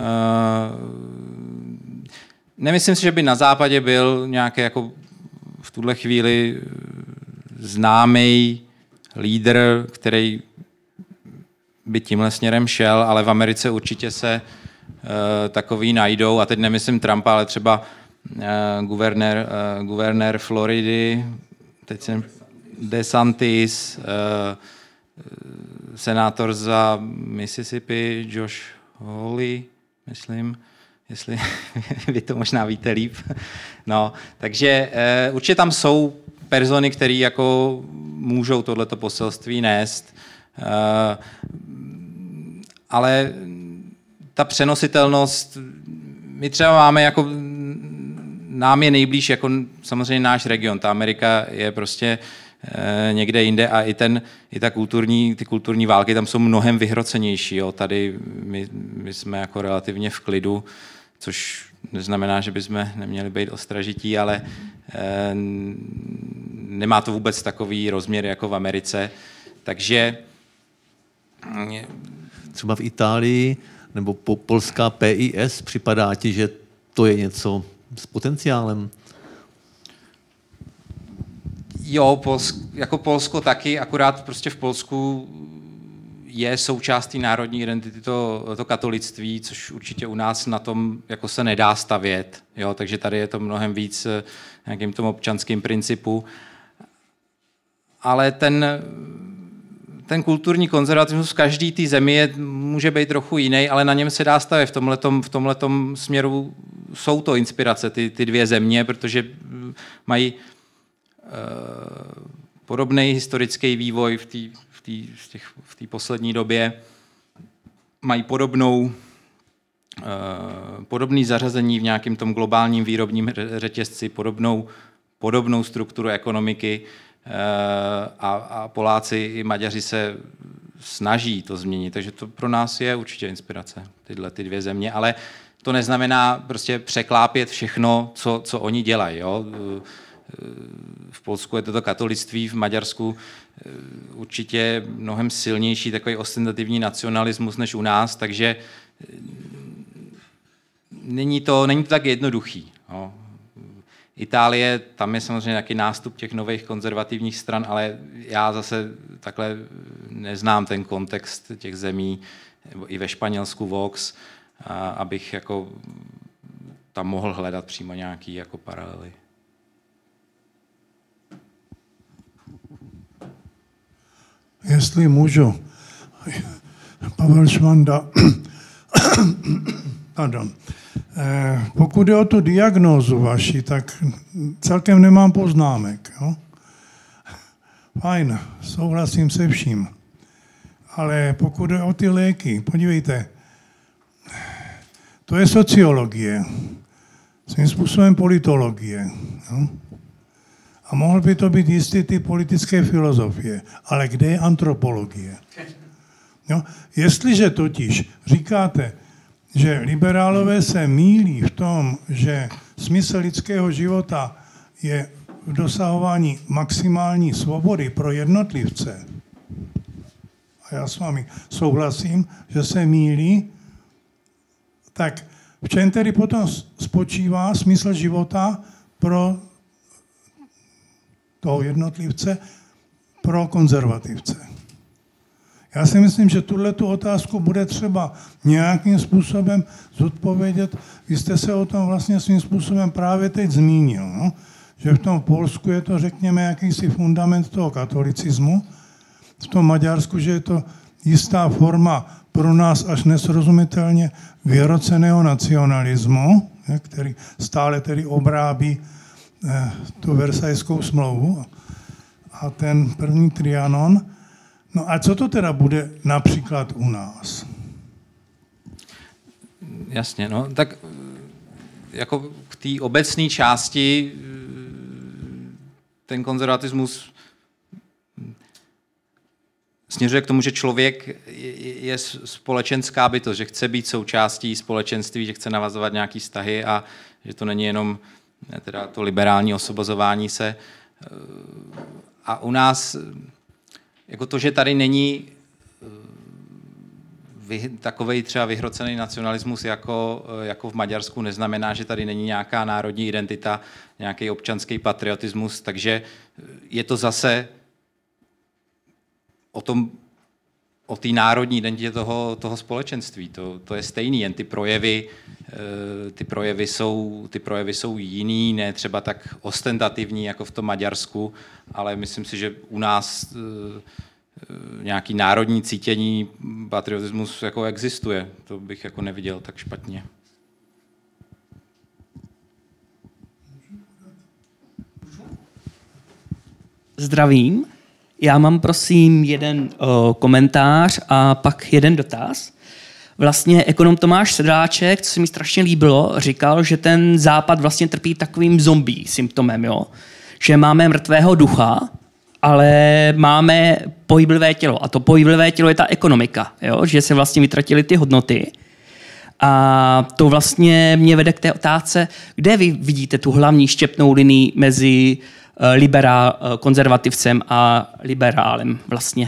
Nemyslím si, že by na západě byl nějaký jako v tuhle chvíli známý lídr, který by tímhle směrem šel, ale v Americe určitě se uh, takový najdou. A teď nemyslím Trumpa, ale třeba uh, guvernér, uh, guvernér Floridy, teď jsem DeSantis, uh, senátor za Mississippi, Josh Hawley, myslím, jestli vy to možná víte líp. No, takže uh, určitě tam jsou persony, které jako můžou tohleto poselství nést, uh, ale ta přenositelnost, my třeba máme jako, nám je nejblíž jako samozřejmě náš region, ta Amerika je prostě uh, někde jinde a i, ten, i ta kulturní, ty kulturní války tam jsou mnohem vyhrocenější. Jo. Tady my, my jsme jako relativně v klidu, což neznamená, že bychom neměli být ostražití, ale e, nemá to vůbec takový rozměr jako v Americe. Takže třeba v Itálii nebo po polská P I S připadá ti, že to je něco s potenciálem? Jo, Polsk, jako Polsko taky, akorát prostě v Polsku je součástí národní identity to, to katolictví, což určitě u nás na tom jako se nedá stavět. Jo? Takže tady je to mnohem víc nějakým tom občanským principu. Ale ten, ten kulturní konzervatismus v každé té zemi je, může být trochu jiný, ale na něm se dá stavět. V tomhletom, v tomhletom směru jsou to inspirace, ty, ty dvě země, protože mají uh, podobný historický vývoj v té v té poslední době, mají podobnou, uh, podobný zařazení v nějakém tom globálním výrobním řetězci, podobnou podobnou strukturu ekonomiky a, a Poláci i Maďaři se snaží to změnit, takže to pro nás je určitě inspirace, tyhle ty dvě země, ale to neznamená prostě překlápět všechno, co, co oni dělají. Jo? V Polsku je toto katolictví, v Maďarsku určitě mnohem silnější takový ostentativní nacionalismus než u nás, takže není to, není to tak jednoduchý. Jo? Itálie, tam je samozřejmě nějaký nástup těch nových konzervativních stran, ale já zase takhle neznám ten kontext těch zemí, i ve Španělsku Vox, a abych jako tam mohl hledat přímo nějaký jako paralely. Jestli můžu, Pavel Švanda, pardon. Pokud je o tu diagnózu vaši, tak celkem nemám poznámek. Jo? Fajn, souhlasím se vším. Ale pokud je o ty léky, podívejte, to je sociologie, svým způsobem politologie. Jo? A mohl by to být jistý typ politické filozofie. Ale kde je antropologie? Jo? Jestliže totiž říkáte, že liberálové se mýlí v tom, že smysl lidského života je v dosahování maximální svobody pro jednotlivce, a já s vámi souhlasím, že se mýlí, tak v čem tedy potom spočívá smysl života pro toho jednotlivce, pro konzervativce? Já si myslím, že tuhletu otázku bude třeba nějakým způsobem zodpovědět. Vy jste se o tom vlastně svým způsobem právě teď zmínil, no? Že v tom Polsku je to, řekněme, jakýsi fundament toho katolicismu, v tom Maďarsku, že je to jistá forma pro nás až nesrozumitelně vyhroceného nacionalismu, který stále tedy obrábí eh, tu Versajskou smlouvu a ten první Trianon. No a co to teda bude například u nás? Jasně, no tak jako k té obecné části ten konzervatismus směřuje k tomu, že člověk je společenská bytost, že chce být součástí společenství, že chce navazovat nějaké vztahy a že to není jenom teda to liberální osobozování se. A u nás jako to, že tady není vy, takovej třeba vyhrocený nacionalismus jako, jako v Maďarsku, neznamená, že tady není nějaká národní identita, nějaký občanský patriotismus, takže je to zase o tom, o té národní identitě toho, toho společenství. To, to je stejný, jen ty projevy, ty projevy jsou, ty projevy jsou jiný, ne třeba tak ostentativní jako v tom Maďarsku, ale myslím si, že u nás nějaký národní cítění, patriotismus jako existuje. To bych jako neviděl tak špatně. Zdravím. Já mám prosím jeden o, komentář a pak jeden dotaz. Vlastně ekonom Tomáš Sedláček, co se mi strašně líbilo, říkal, že ten západ vlastně trpí takovým zombie symptomem, jo? Že máme mrtvého ducha, ale máme pohyblivé tělo. A to pohyblivé tělo je ta ekonomika, jo? Že se vlastně vytratily ty hodnoty. A to vlastně mě vede k té otázce, kde vy vidíte tu hlavní štěpnou linii mezi liberál, konzervativcem a liberálem vlastně?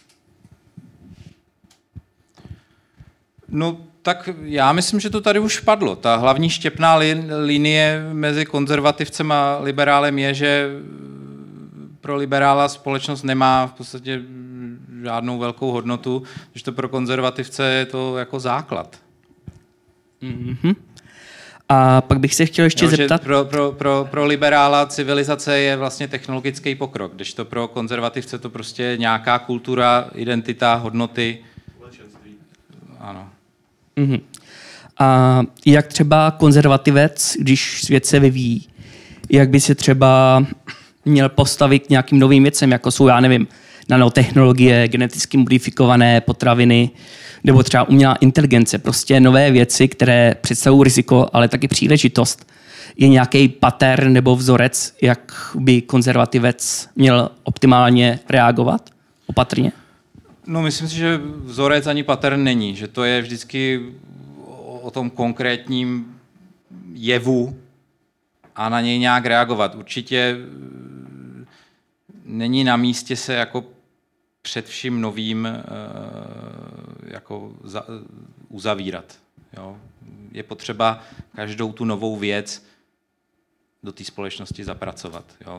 No tak já myslím, že to tady už padlo. Ta hlavní štěpná linie mezi konzervativcem a liberálem je, že pro liberála společnost nemá v podstatě žádnou velkou hodnotu, že to pro konzervativce je to jako základ. Mm-hmm. A pak bych se chtěl ještě jo, zeptat... Pro, pro, pro, pro liberála civilizace je vlastně technologický pokrok, kdežto pro konzervativce to prostě nějaká kultura, identita, hodnoty. Ano. Mm-hmm. A jak třeba konzervativec, když svět se vyvíjí, jak by se třeba měl postavit k nějakým novým věcem, jako jsou, já nevím, nanotechnologie, geneticky modifikované potraviny, nebo třeba umělá inteligence, prostě nové věci, které představují riziko, ale taky příležitost. je nějaký pattern nebo vzorec, jak by konzervativec měl optimálně reagovat opatrně? No, myslím si, že vzorec ani pattern není, že to je vždycky o, o tom konkrétním jevu a na něj nějak reagovat. Určitě není na místě se jako před vším novým jako za, uzavírat. Jo. Je potřeba každou tu novou věc do té společnosti zapracovat. Jo.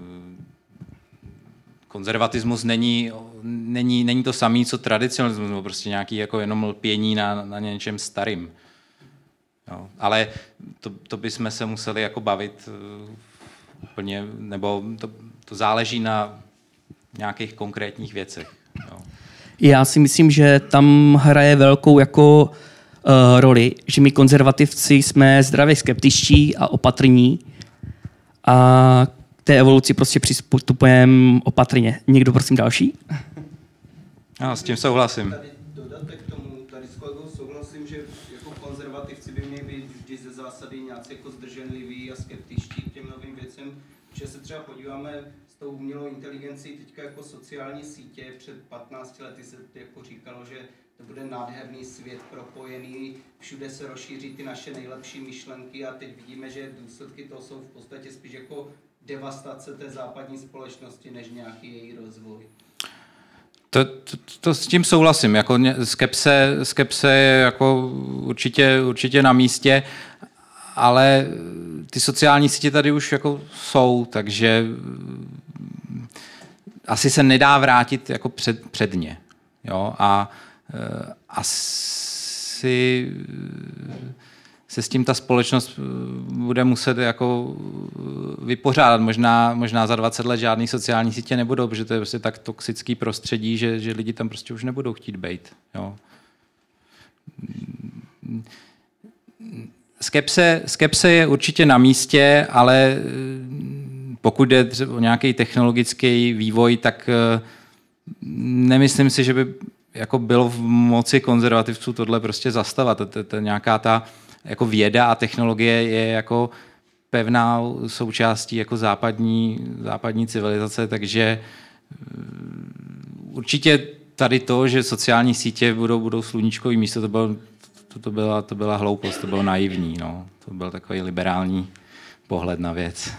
Konzervatismus není, není, není to samý, co tradicionalismus, nebo prostě nějaký jako jenom lpění na, na něčem starým. Jo. Ale to, to bychom se museli jako bavit uh, úplně, nebo to, to záleží na nějakých konkrétních věcech. Jo. Já si myslím, že tam hraje velkou jako uh, roli, že my konzervativci jsme zdravě skeptičtí a opatrní a k té evoluci prostě přistupujeme opatrně. Někdo prosím další? Já s tím souhlasím. Tady dodatek k tomu, tady s kolegou souhlasím, že jako konzervativci by měli být vždy ze zásady nějak jako zdrženliví a skeptičtí k těm novým věcem, že se třeba podíváme s tou umělou inteligencí teďka jako sociální sítě, před patnácti lety se jako říkalo, že to bude nádherný svět propojený, všude se rozšíří ty naše nejlepší myšlenky a teď vidíme, že důsledky toho jsou v podstatě spíš jako devastace té západní společnosti, než nějaký její rozvoj. To, to, to s tím souhlasím. Jako skepse, skepse je jako určitě, určitě na místě, ale ty sociální sítě tady už jako jsou, takže asi se nedá vrátit jako před, předně. Jo? A e, asi se s tím ta společnost bude muset jako vypořádat. Možná, možná za dvacet let žádný sociální sítě nebudou, protože to je prostě tak toxický prostředí, že, že lidi tam prostě už nebudou chtít bejt. Jo. Skepse, skepse je určitě na místě, ale pokud jde o nějaký technologický vývoj, tak nemyslím si, že by jako bylo v moci konzervativců tohle prostě zastavat. To, to, to nějaká ta jako věda a technologie je jako pevná součástí jako západní, západní civilizace, takže určitě tady to, že sociální sítě budou, budou sluníčkový místo, to, bylo, to, to, byla, to byla hloupost, to bylo naivní. No. To byl takový liberální pohled na věc.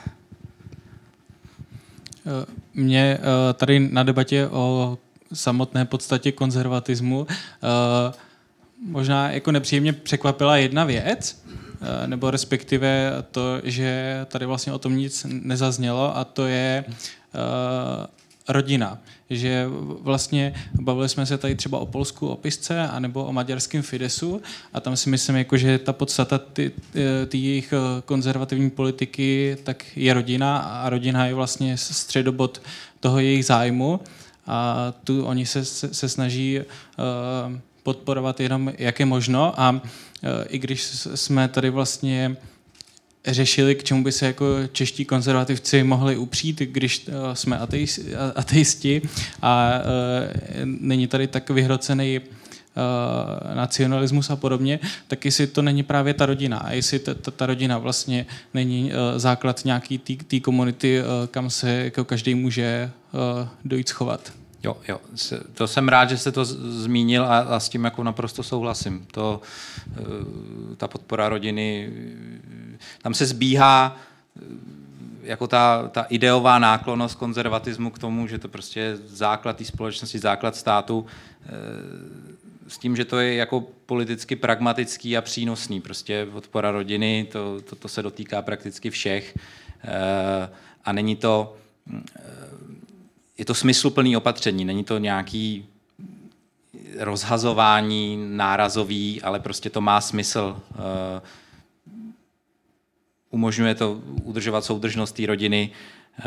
Mě tady na debatě o samotné podstatě konzervatismu možná jako nepříjemně překvapila jedna věc, nebo respektive to, že tady vlastně o tom nic nezaznělo, a to je uh, rodina. Že vlastně bavili jsme se tady třeba o Polsku, o Pisce, anebo o maďarském Fidesu, a tam si myslím, jako, že ta podstata ty, ty jejich konzervativní politiky tak je rodina, a rodina je vlastně středobod toho jejich zájmu, a tu oni se, se, se snaží uh, podporovat jenom, jak je možno. A i když jsme tady vlastně řešili, k čemu by se jako čeští konzervativci mohli upřít, když jsme ateisti a není tady tak vyhrocený nacionalismus a podobně, tak jestli to není právě ta rodina. A jestli ta, ta, ta rodina vlastně není základ nějaký té komunity, kam se jako každý může dojít schovat. Jo, jo, to jsem rád, že jste to zmínil, a, a s tím jako naprosto souhlasím. To, ta podpora rodiny, tam se zbíhá jako ta, ta ideová náklonnost konzervatismu k tomu, že to prostě je základ té společnosti, základ státu, s tím, že to je jako politicky pragmatický a přínosný. Prostě podpora rodiny, to, to, to se dotýká prakticky všech a není to... Je to smysluplný opatření, není to nějaký rozhazování nárazový, ale prostě to má smysl. Uh, umožňuje to udržovat soudržnost té rodiny. Uh,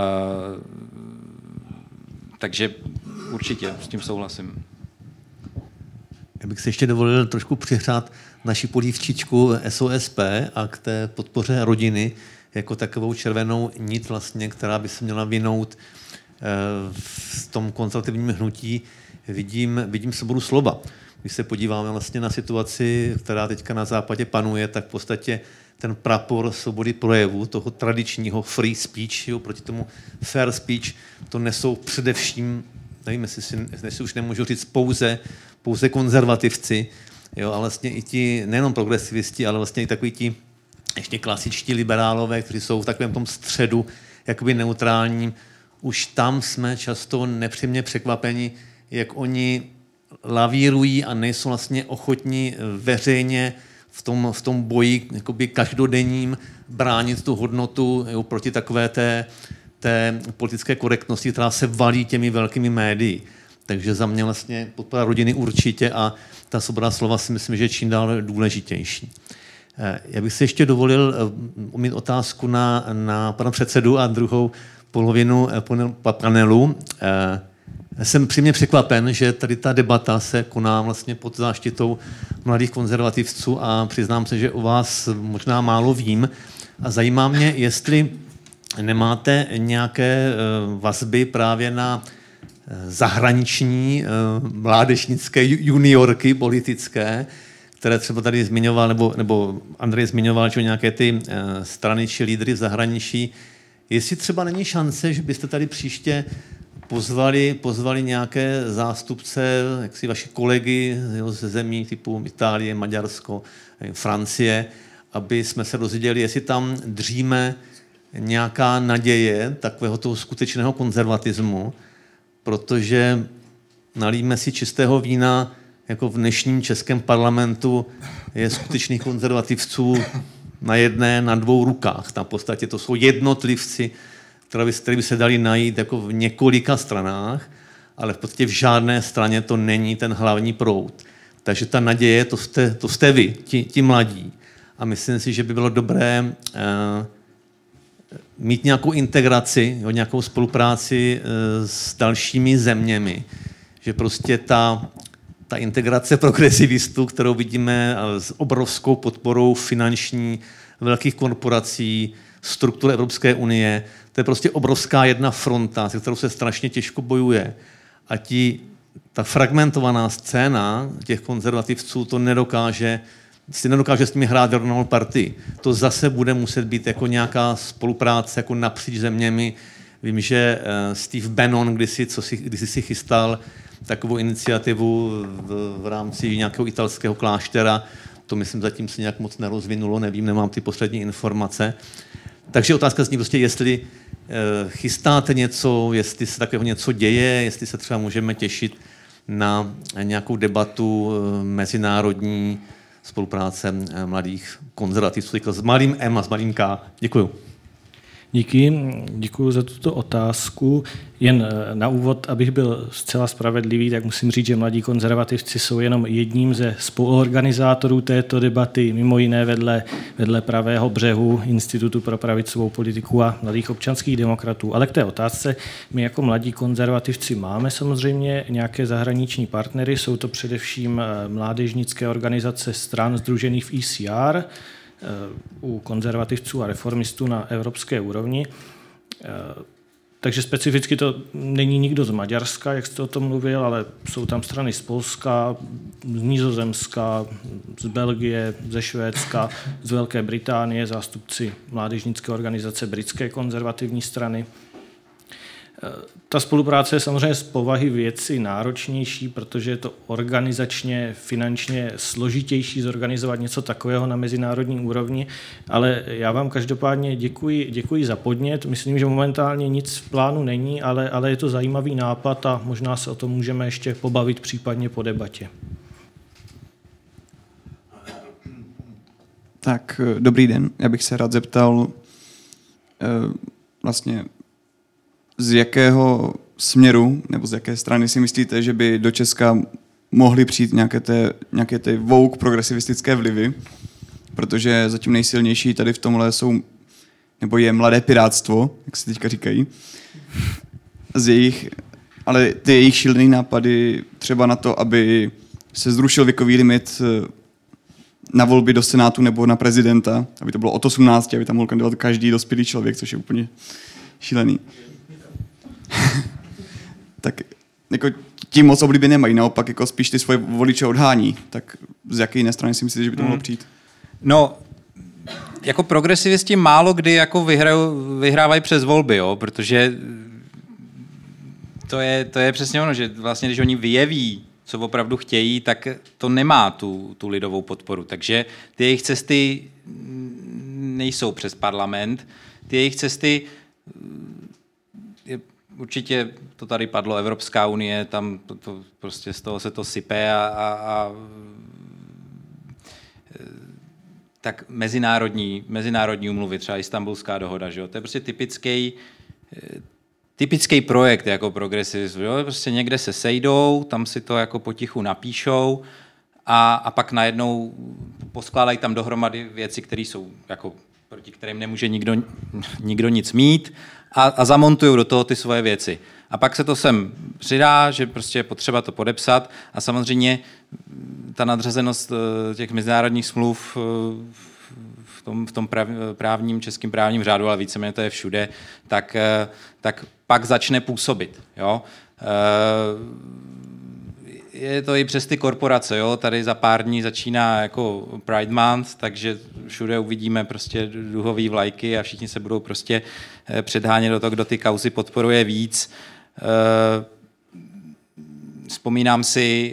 takže určitě s tím souhlasím. Já bych si ještě dovolil trošku přihřát naši polívčičku S O S P a k té podpoře rodiny jako takovou červenou nit, vlastně, která by se měla vinout v tom konzervativním hnutí. Vidím, vidím svobodu slova. Když se podíváme vlastně na situaci, která teďka na západě panuje, tak v podstatě ten prapor svobody projevu, toho tradičního free speech, jo, proti tomu fair speech, to nesou především, nevím, jestli, si, jestli už nemůžu říct pouze, pouze konzervativci, jo, ale vlastně i ti, nejenom progresivisti, ale vlastně i takoví ti ještě klasičtí liberálové, kteří jsou v takovém tom středu, jakoby neutrálním. Už tam jsme často nepříjemně překvapeni, jak oni lavírují a nejsou vlastně ochotní veřejně v tom, v tom boji jakoby každodenním bránit tu hodnotu, jo, proti takové té, té politické korektnosti, která se valí těmi velkými médii. Takže za mě vlastně podpora rodiny určitě a ta svoboda slova si myslím, že je čím dál důležitější. Já bych si ještě dovolil mít otázku na, na pana předsedu a druhou polovinu panelu. Jsem přímě překvapen, že tady ta debata se koná vlastně pod záštitou mladých konzervativců a přiznám se, že o vás možná málo vím. A zajímá mě, jestli nemáte nějaké vazby právě na zahraniční mládežnické juniorky politické, které třeba tady zmiňoval, nebo, nebo Andrej zmiňoval, že nějaké ty strany či lídry v zahraničí. Jestli třeba není šance, že byste tady příště pozvali, pozvali nějaké zástupce, jak si vaši kolegy jo, ze zemí typu Itálie, Maďarsko, Francie, aby jsme se dozvěděli, jestli tam dříme nějaká naděje takového toho skutečného konzervatismu, protože nalíme si čistého vína, jako v dnešním českém parlamentu je skutečných konzervativců na jedné, na dvou rukách. Tam v podstatě to jsou jednotlivci, které by, které by se dali najít jako v několika stranách, ale v podstatě v žádné straně to není ten hlavní proud. Takže ta naděje, to jste, to jste vy, ti, ti mladí. A myslím si, že by bylo dobré uh, mít nějakou integraci, jo, nějakou spolupráci uh, s dalšími zeměmi. Že prostě ta, ta integrace progresivistů, kterou vidíme s obrovskou podporou finanční velkých korporací, struktur Evropské unie, to je prostě obrovská jedna fronta, se kterou se strašně těžko bojuje. A ti, ta fragmentovaná scéna těch konzervativců to nedokáže, si nedokáže s nimi hrát rovnou partii. To zase bude muset být jako nějaká spolupráce jako napříč zeměmi. Vím, že Steve Bannon kdysi, co si, kdysi si chystal takovou iniciativu v, v rámci nějakého italského kláštera. To myslím zatím se nějak moc nerozvinulo, nevím, nemám ty poslední informace. Takže otázka zní prostě, jestli e, chystáte něco, jestli se takového něco děje, jestli se třeba můžeme těšit na nějakou debatu e, mezinárodní spolupráce e, mladých konzervativců, s malým M a s malým K. Děkuju. Díky, děkuji za tuto otázku. Jen na úvod, abych byl zcela spravedlivý, tak musím říct, že mladí konzervativci jsou jenom jedním ze spoluorganizátorů této debaty, mimo jiné vedle, vedle Pravého břehu, Institutu pro pravicovou politiku a mladých občanských demokratů. Ale k té otázce, my jako mladí konzervativci máme samozřejmě nějaké zahraniční partnery, jsou to především mládežnické organizace stran sdružených v E C R, u konzervativců a reformistů na evropské úrovni. Takže specificky to není nikdo z Maďarska, jak jste o tom mluvil, ale jsou tam strany z Polska, z Nizozemska, z Belgie, ze Švédska, z Velké Británie, zástupci mládežnické organizace britské konzervativní strany. Ta spolupráce je samozřejmě z povahy věci náročnější, protože je to organizačně, finančně složitější zorganizovat něco takového na mezinárodní úrovni, ale já vám každopádně děkuji, děkuji za podnět. Myslím, že momentálně nic v plánu není, ale, ale je to zajímavý nápad a možná se o tom můžeme ještě pobavit případně po debatě. Tak, dobrý den. Já bych se rád zeptal vlastně z jakého směru nebo z jaké strany si myslíte, že by do Česka mohly přijít nějaké, té, nějaké ty woke progresivistické vlivy, protože zatím nejsilnější tady v tomhle jsou, nebo je mladé pirátstvo, jak se teďka říkají, z jejich, ale ty jejich šílené nápady třeba na to, aby se zrušil věkový limit na volby do Senátu nebo na prezidenta, aby to bylo od osmnácti, aby tam mohl kandidovat každý dospělý člověk, což je úplně šílený. Tak jako tím moc oblíby nemají, naopak jako spíš ty svoje voliče odhání. Tak z jaké jiné strany si myslíte, že by to mohlo přijít? No, jako progresivisti málo kdy jako vyhrajou, vyhrávají přes volby, jo, protože to je, to je přesně ono, že vlastně když oni vyjeví, co opravdu chtějí, tak to nemá tu, tu lidovou podporu. Takže ty jejich cesty nejsou přes parlament. Ty jejich cesty, je, určitě to tady padlo, Evropská unie, tam to, to, prostě z toho se to sype a, a, a tak mezinárodní, mezinárodní umluvy, třeba Istanbulská dohoda, že jo? To je prostě typický typický projekt jako progresivismu. Prostě někde se sejdou, tam si to jako potichu napíšou a, a pak najednou poskládají tam dohromady věci, které jsou jako proti kterým nemůže nikdo, nikdo nic mít a, a zamontují do toho ty svoje věci. A pak se to sem přidá, že prostě je potřeba to podepsat a samozřejmě ta nadřazenost těch mezinárodních smluv v tom, v tom právním, českým právním řádu, ale víceméně to je všude, tak, tak pak začne působit. Jo? Je to i přes ty korporace. Jo? Tady za pár dní začíná jako Pride Month, takže všude uvidíme prostě duhový vlajky a všichni se budou prostě předhánět do toho, kdo ty kauzy podporuje víc. Vzpomínám si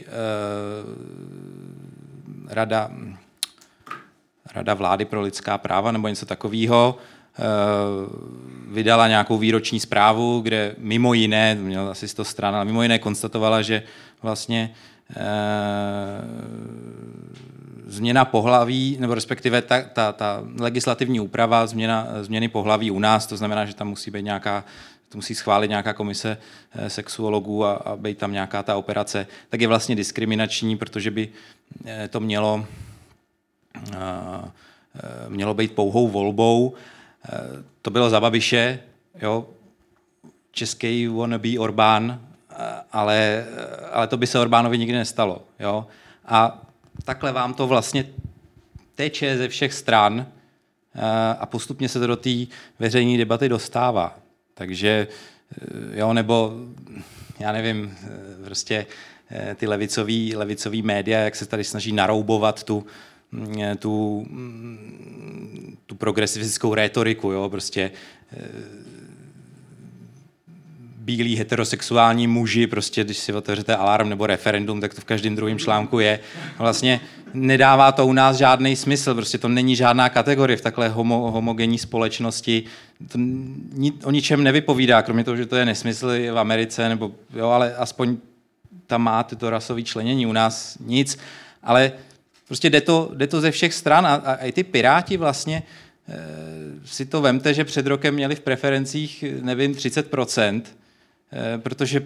rada, rada vlády pro lidská práva nebo něco takového, vydala nějakou výroční zprávu, kde mimo jiné, měla asi sto stran, ale mimo jiné konstatovala, že vlastně e, změna pohlaví, nebo respektive ta, ta, ta legislativní úprava změna, změny pohlaví u nás, to znamená, že tam musí být nějaká, to musí schválit nějaká komise sexuologů a, a být tam nějaká ta operace, tak je vlastně diskriminační, protože by to mělo, mělo být pouhou volbou. To bylo za Babiše, jo, český wannabe Orbán, ale, ale to by se Orbánovi nikdy nestalo. Jo. A takhle vám to vlastně teče ze všech stran a postupně se to do té veřejné debaty dostává. Takže, jo, nebo, já nevím, prostě ty levicový, levicový média, jak se tady snaží naroubovat tu, tu, tu progresivistickou rétoriku, jo, prostě bílí heterosexuální muži, prostě když si otevřete Alarm nebo Referendum, tak to v každém druhém článku je. Vlastně nedává to u nás žádný smysl, prostě to není žádná kategorie v takhle homo, homogenní společnosti. To ni, o ničem nevypovídá, kromě toho, že to je nesmysl v Americe, nebo, jo, ale aspoň tam má to rasové členění, u nás nic, ale prostě jde to, jde to ze všech stran a, a i ty Piráti vlastně e, si to vemte, že před rokem měli v preferencích, nevím, třicet procent, e, protože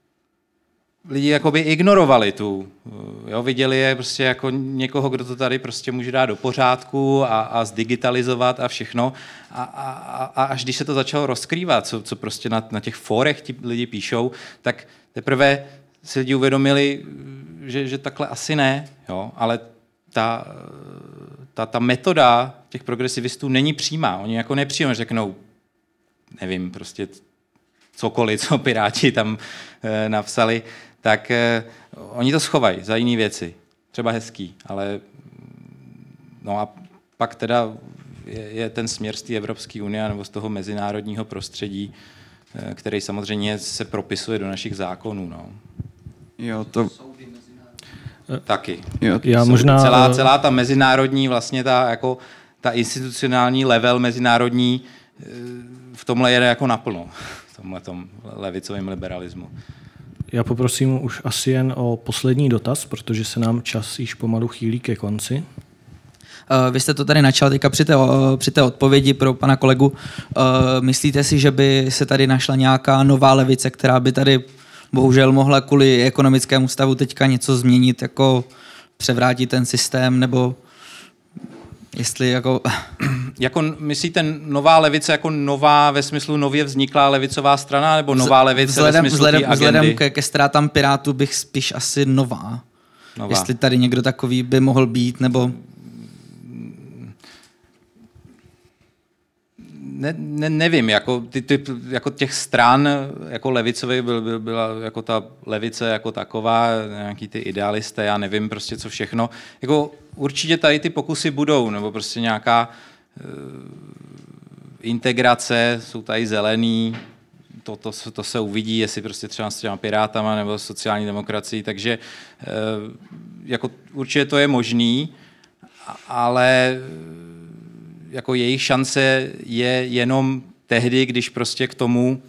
lidi jakoby ignorovali tu, jo, viděli je prostě jako někoho, kdo to tady prostě může dát do pořádku a, a zdigitalizovat a všechno. A, a, a až když se to začalo rozkrývat, co, co prostě na, na těch fórech ti lidi píšou, tak teprve si lidi uvědomili, že, že takhle asi ne, jo, ale ta, ta, ta metoda těch progresivistů není přímá. Oni jako nepřímo řeknou, nevím, prostě cokoliv, co Piráti tam e, napsali, tak e, oni to schovají za jiné věci. Třeba hezký, ale no a pak teda je, je ten směr z té Evropské unie nebo z toho mezinárodního prostředí, e, který samozřejmě se propisuje do našich zákonů. No. Jo, to... Taky. Jo, Já možná... celá, celá ta mezinárodní, vlastně ta, jako, ta institucionální level mezinárodní v tomhle jede jako naplno, v tomhletom levicovém liberalismu. Já poprosím už asi jen o poslední dotaz, protože se nám čas již pomalu chýlí ke konci. Vy jste to tady načal teďka při té, při té odpovědi pro pana kolegu. Myslíte si, že by se tady našla nějaká nová levice, která by tady bohužel mohla kvůli ekonomickému stavu teďka něco změnit, jako převrátit ten systém, nebo jestli jako... Jako myslíte nová levice jako nová ve smyslu nově vzniklá levicová strana, nebo nová levice vzhledem, ve smyslu vzhledem, té agendy? vzhledem ke, ke ztrátám Pirátů bych spíš asi nová. nová. Jestli tady někdo takový by mohl být, nebo... Ne, ne, nevím, jako, ty, ty, jako těch stran jako levicových byl, byl, byla jako ta levice jako taková, nějaký ty idealisté, já nevím prostě co všechno. Jako určitě tady ty pokusy budou, nebo prostě nějaká, integrace, jsou tady zelený, to, to, to se uvidí, jestli prostě třeba s těma Pirátama nebo sociální demokracií, takže jako určitě to je možný, ale jako jejich šance je jenom tehdy, když prostě k tomu,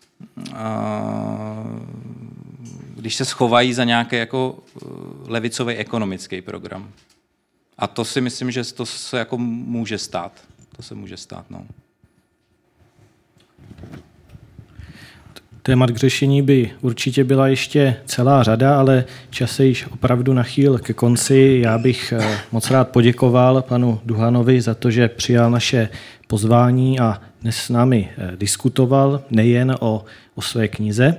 když se schovají za nějaký jako levicový ekonomický program. A to si myslím, že to se jako může stát. To se může stát, no. Témat k řešení by určitě byla ještě celá řada, ale čas se již opravdu nachýl ke konci. Já bych moc rád poděkoval panu Duhanovi za to, že přijal naše pozvání a dnes s námi diskutoval nejen o, o své knize.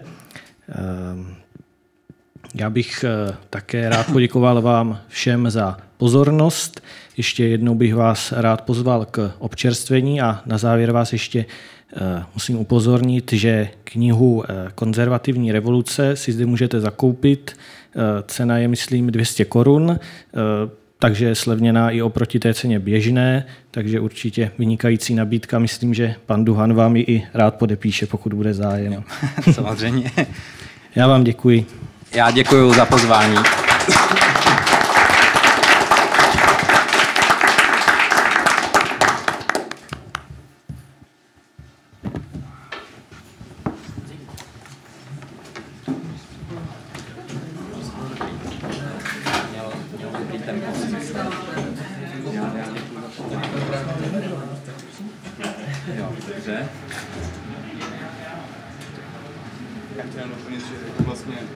Já bych také rád poděkoval vám všem za pozornost. Ještě jednou bych vás rád pozval k občerstvení a na závěr vás ještě musím upozornit, že knihu Konzervativní revoluce si zde můžete zakoupit. Cena je, myslím, dvě stě korun, takže je slevněná i oproti té ceně běžné, takže určitě vynikající nabídka. Myslím, že pan Duhan vám ji i rád podepíše, pokud bude zájem. Jo, samozřejmě. Já vám děkuji. Já děkuji za pozvání. Já chtěl doplnit, že vlastně